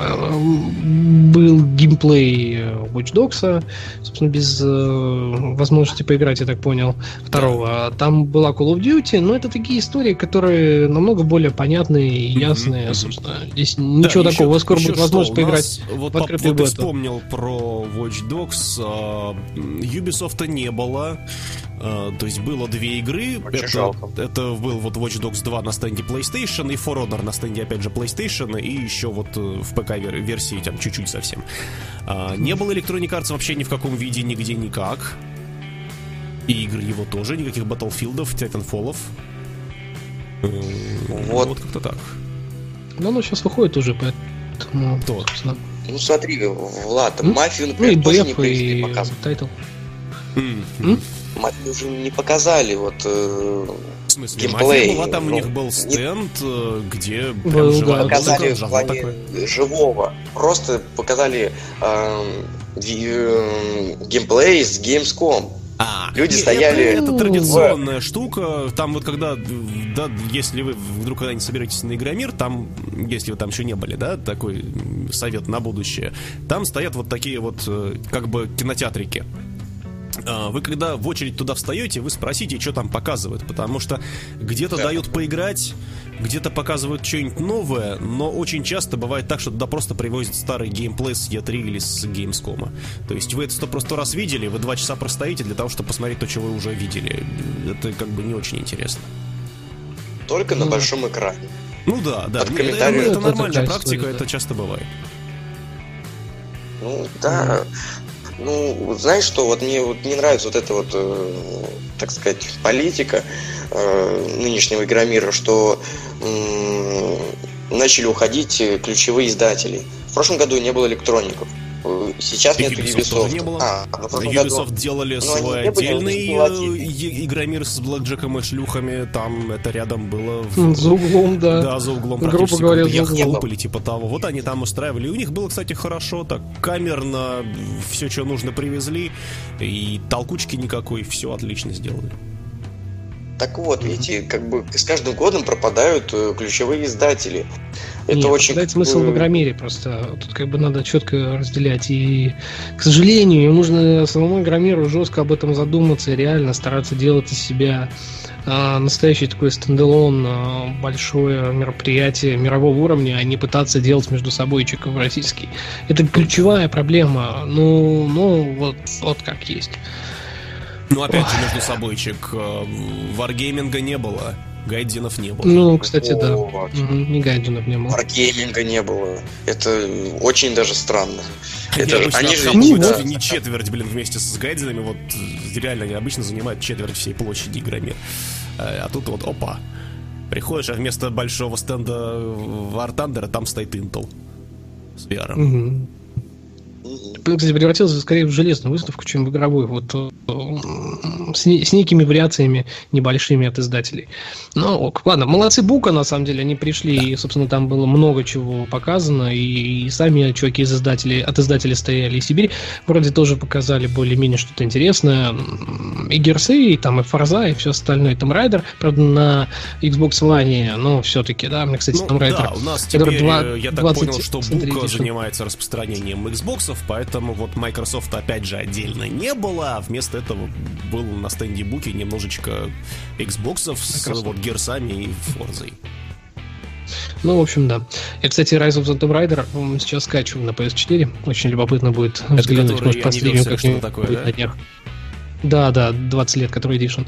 был геймплей Watch Dogs, собственно, без возможности поиграть, я так понял, второго. Там была Call of Duty, но это такие истории, которые намного более понятные и ясные, собственно. Здесь ничего такого. У вас скоро будет возможность поиграть в открытую бету. Вот вспомнил про Watch Dogs. Ubisoft не было. То есть было две игры. Это был вот Watch Dogs 2 на стенде PlayStation и For Honor на стенде, опять же, PlayStation, и еще вот в ПК-версии там чуть-чуть совсем. Не было Electronic Arts вообще ни в каком виде, нигде, никак. И игр его тоже, никаких Battlefield'ов, Titanfall'ов. Вот как-то так. Ну, оно сейчас выходит уже, поэтому... Собственно. Ну, смотри, Влад, Мафию, например, тоже не привезли показывать. Мафию уже не показали, вот... В смысле, геймплей, была, там у них был стенд, где прям живая показали в плане живого. Просто показали геймплей с Gamescom. Люди стояли... Это традиционная штука. Там вот когда... Да, если вы вдруг когда-нибудь соберетесь на Игромир, там, если вы там еще не были, да, такой совет на будущее, там стоят вот такие вот как бы кинотеатрики. Вы когда в очередь туда встаете, вы спросите, что там показывают, потому что где-то дают поиграть, где-то показывают что-нибудь новое, но очень часто бывает так, что туда просто привозят старый геймплей с E3 или с Gamescom. То есть вы это просто раз видели, вы 2 часа простоите для того, чтобы посмотреть то, что вы уже видели. Это как бы не очень интересно. Только на большом экране. Ну да. Это нормальная практика, это часто бывает. Ну да. Ну, знаешь что, вот мне вот не нравится вот эта вот, так сказать, политика нынешнего Игромира, что начали уходить ключевые издатели. В прошлом году не было электроников. Сейчас нет Ubisoft. Не было. Ubisoft делали свой отдельный Игромир с блэкджеком и шлюхами. Там это рядом было за углом, да. Да, за углом грубо говоря, яхт-клуб или типа того. Вот они там устраивали. И у них было, кстати, хорошо, так камерно, все, что нужно, привезли. И толкучки никакой, все отлично сделали. Так вот, видите, как бы с каждым годом пропадают ключевые издатели. Это очень... Пропадает смысл в Игромире просто. Тут как бы надо четко разделять. И, к сожалению, нужно самому Игромиру жестко об этом задуматься и реально стараться делать из себя настоящий такой стендалон, большое мероприятие мирового уровня, а не пытаться делать между собой чеков российский. Это ключевая проблема. Ну вот как есть. Ну, опять же, между собойчик, варгейминга не было, гайдинов не было. Ну, кстати, да. Ни гайдинов не было. Варгейминга не было. Это очень даже странно. Они же не четверть, вместе с гайдинами, вот реально они обычно занимают четверть всей площади Игромир. А тут вот, опа, приходишь, а вместо большого стенда War Thunder там стоит Intel с VR. Кстати, превратился скорее в железную выставку, чем в игровую. Вот с некими вариациями небольшими от издателей. Ну, ладно, молодцы Бука, на самом деле, они пришли, и, собственно, там было много чего показано, и сами чуваки из от издателей стояли, и Сибирь вроде тоже показали более-менее что-то интересное. И Герсы, и там и Forza, и все остальное, и Tomb Raider, правда, на Xbox One, но все-таки, да, мне, кстати, Tomb Raider. Да, у нас теперь, я так понял, что Бука занимается распространением Xbox'ов, поэтому вот Microsoft опять же отдельно не было, а вместо этого был на стенде Буки немножечко Xbox'ов с вот Герсами и Форзой. Ну, в общем, да. Я, кстати, Rise of the Tomb Raider сейчас скачиваю на PS4. Очень любопытно будет взглянуть, может, постримим как-нибудь на днях. Да, 20 лет, который Edition.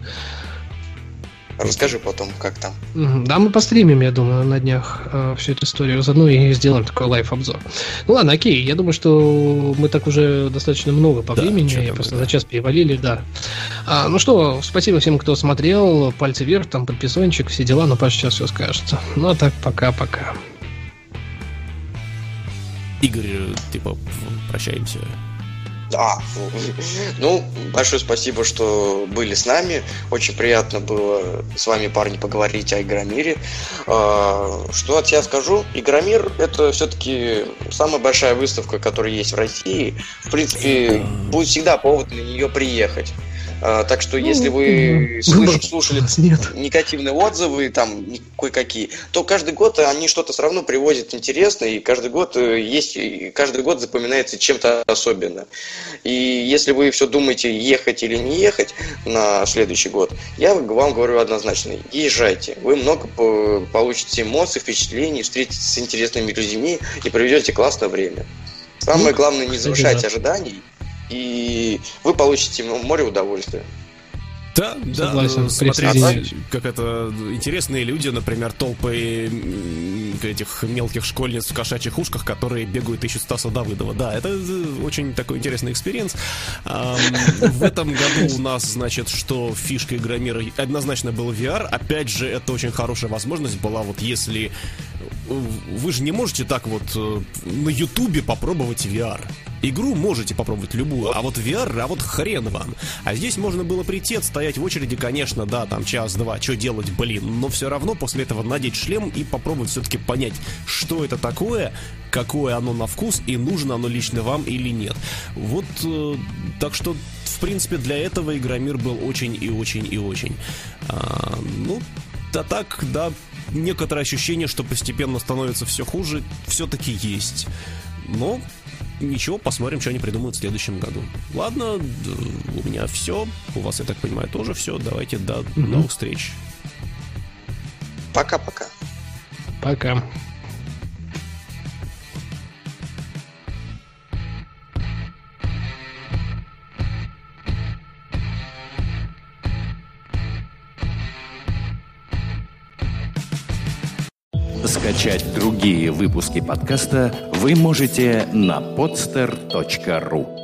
Расскажи потом, как там. Да, мы постримим, я думаю, на днях всю эту историю заодно и сделаем такой лайв-обзор. Ну ладно, окей, я думаю, что мы так уже достаточно много по времени, просто за час перевалили, да. Ну что, спасибо всем, кто смотрел, пальцы вверх, там подписончик, все дела, но Паша сейчас все скажет. Ну а так, пока-пока. Игорь, типа, прощаемся. Да. Ну, большое спасибо, что были с нами. Очень приятно было с вами, парни, поговорить о Игромире. Что от себя скажу? Игромир — это все-таки самая большая выставка, которая есть в России. В принципе, будет всегда повод на нее приехать. Так что, если вы слушали негативные отзывы, там, кое-какие, то каждый год они что-то все равно привозят интересное, и каждый год запоминается чем-то особенным. И если вы все думаете, ехать или не ехать на следующий год, я вам говорю однозначно: езжайте. Вы много получите эмоций, впечатлений, встретитесь с интересными людьми и проведете классное время. Самое главное — не завышать ожиданий, и вы получите море удовольствия. Да, согласен. Смотреть, как это интересные люди, например, толпы этих мелких школьниц в кошачьих ушках, которые бегают, ищут Стаса Давыдова. Да, это очень такой интересный экспириенс. В этом году у нас, значит, что фишка Игромира однозначно был VR. Опять же, это очень хорошая возможность была, вот если... Вы же не можете так вот на Ютубе попробовать VR. Игру можете попробовать любую, а вот VR, а вот хрен вам. А здесь можно было прийти, отстоять в очереди, конечно, да, там час-два, что делать, блин, но все равно после этого надеть шлем и попробовать все-таки понять, что это такое, какое оно на вкус и нужно оно лично вам или нет. Вот, так что, в принципе, для этого Игромир был очень и очень и очень. Да так, да, некоторое ощущение, что постепенно становится все хуже, все-таки есть. Но ничего, посмотрим, что они придумают в следующем году. Ладно, у меня все. У вас, я так понимаю, тоже все. Давайте до новых встреч. Пока-пока. Пока. Скачать другие выпуски подкаста вы можете на podster.ru.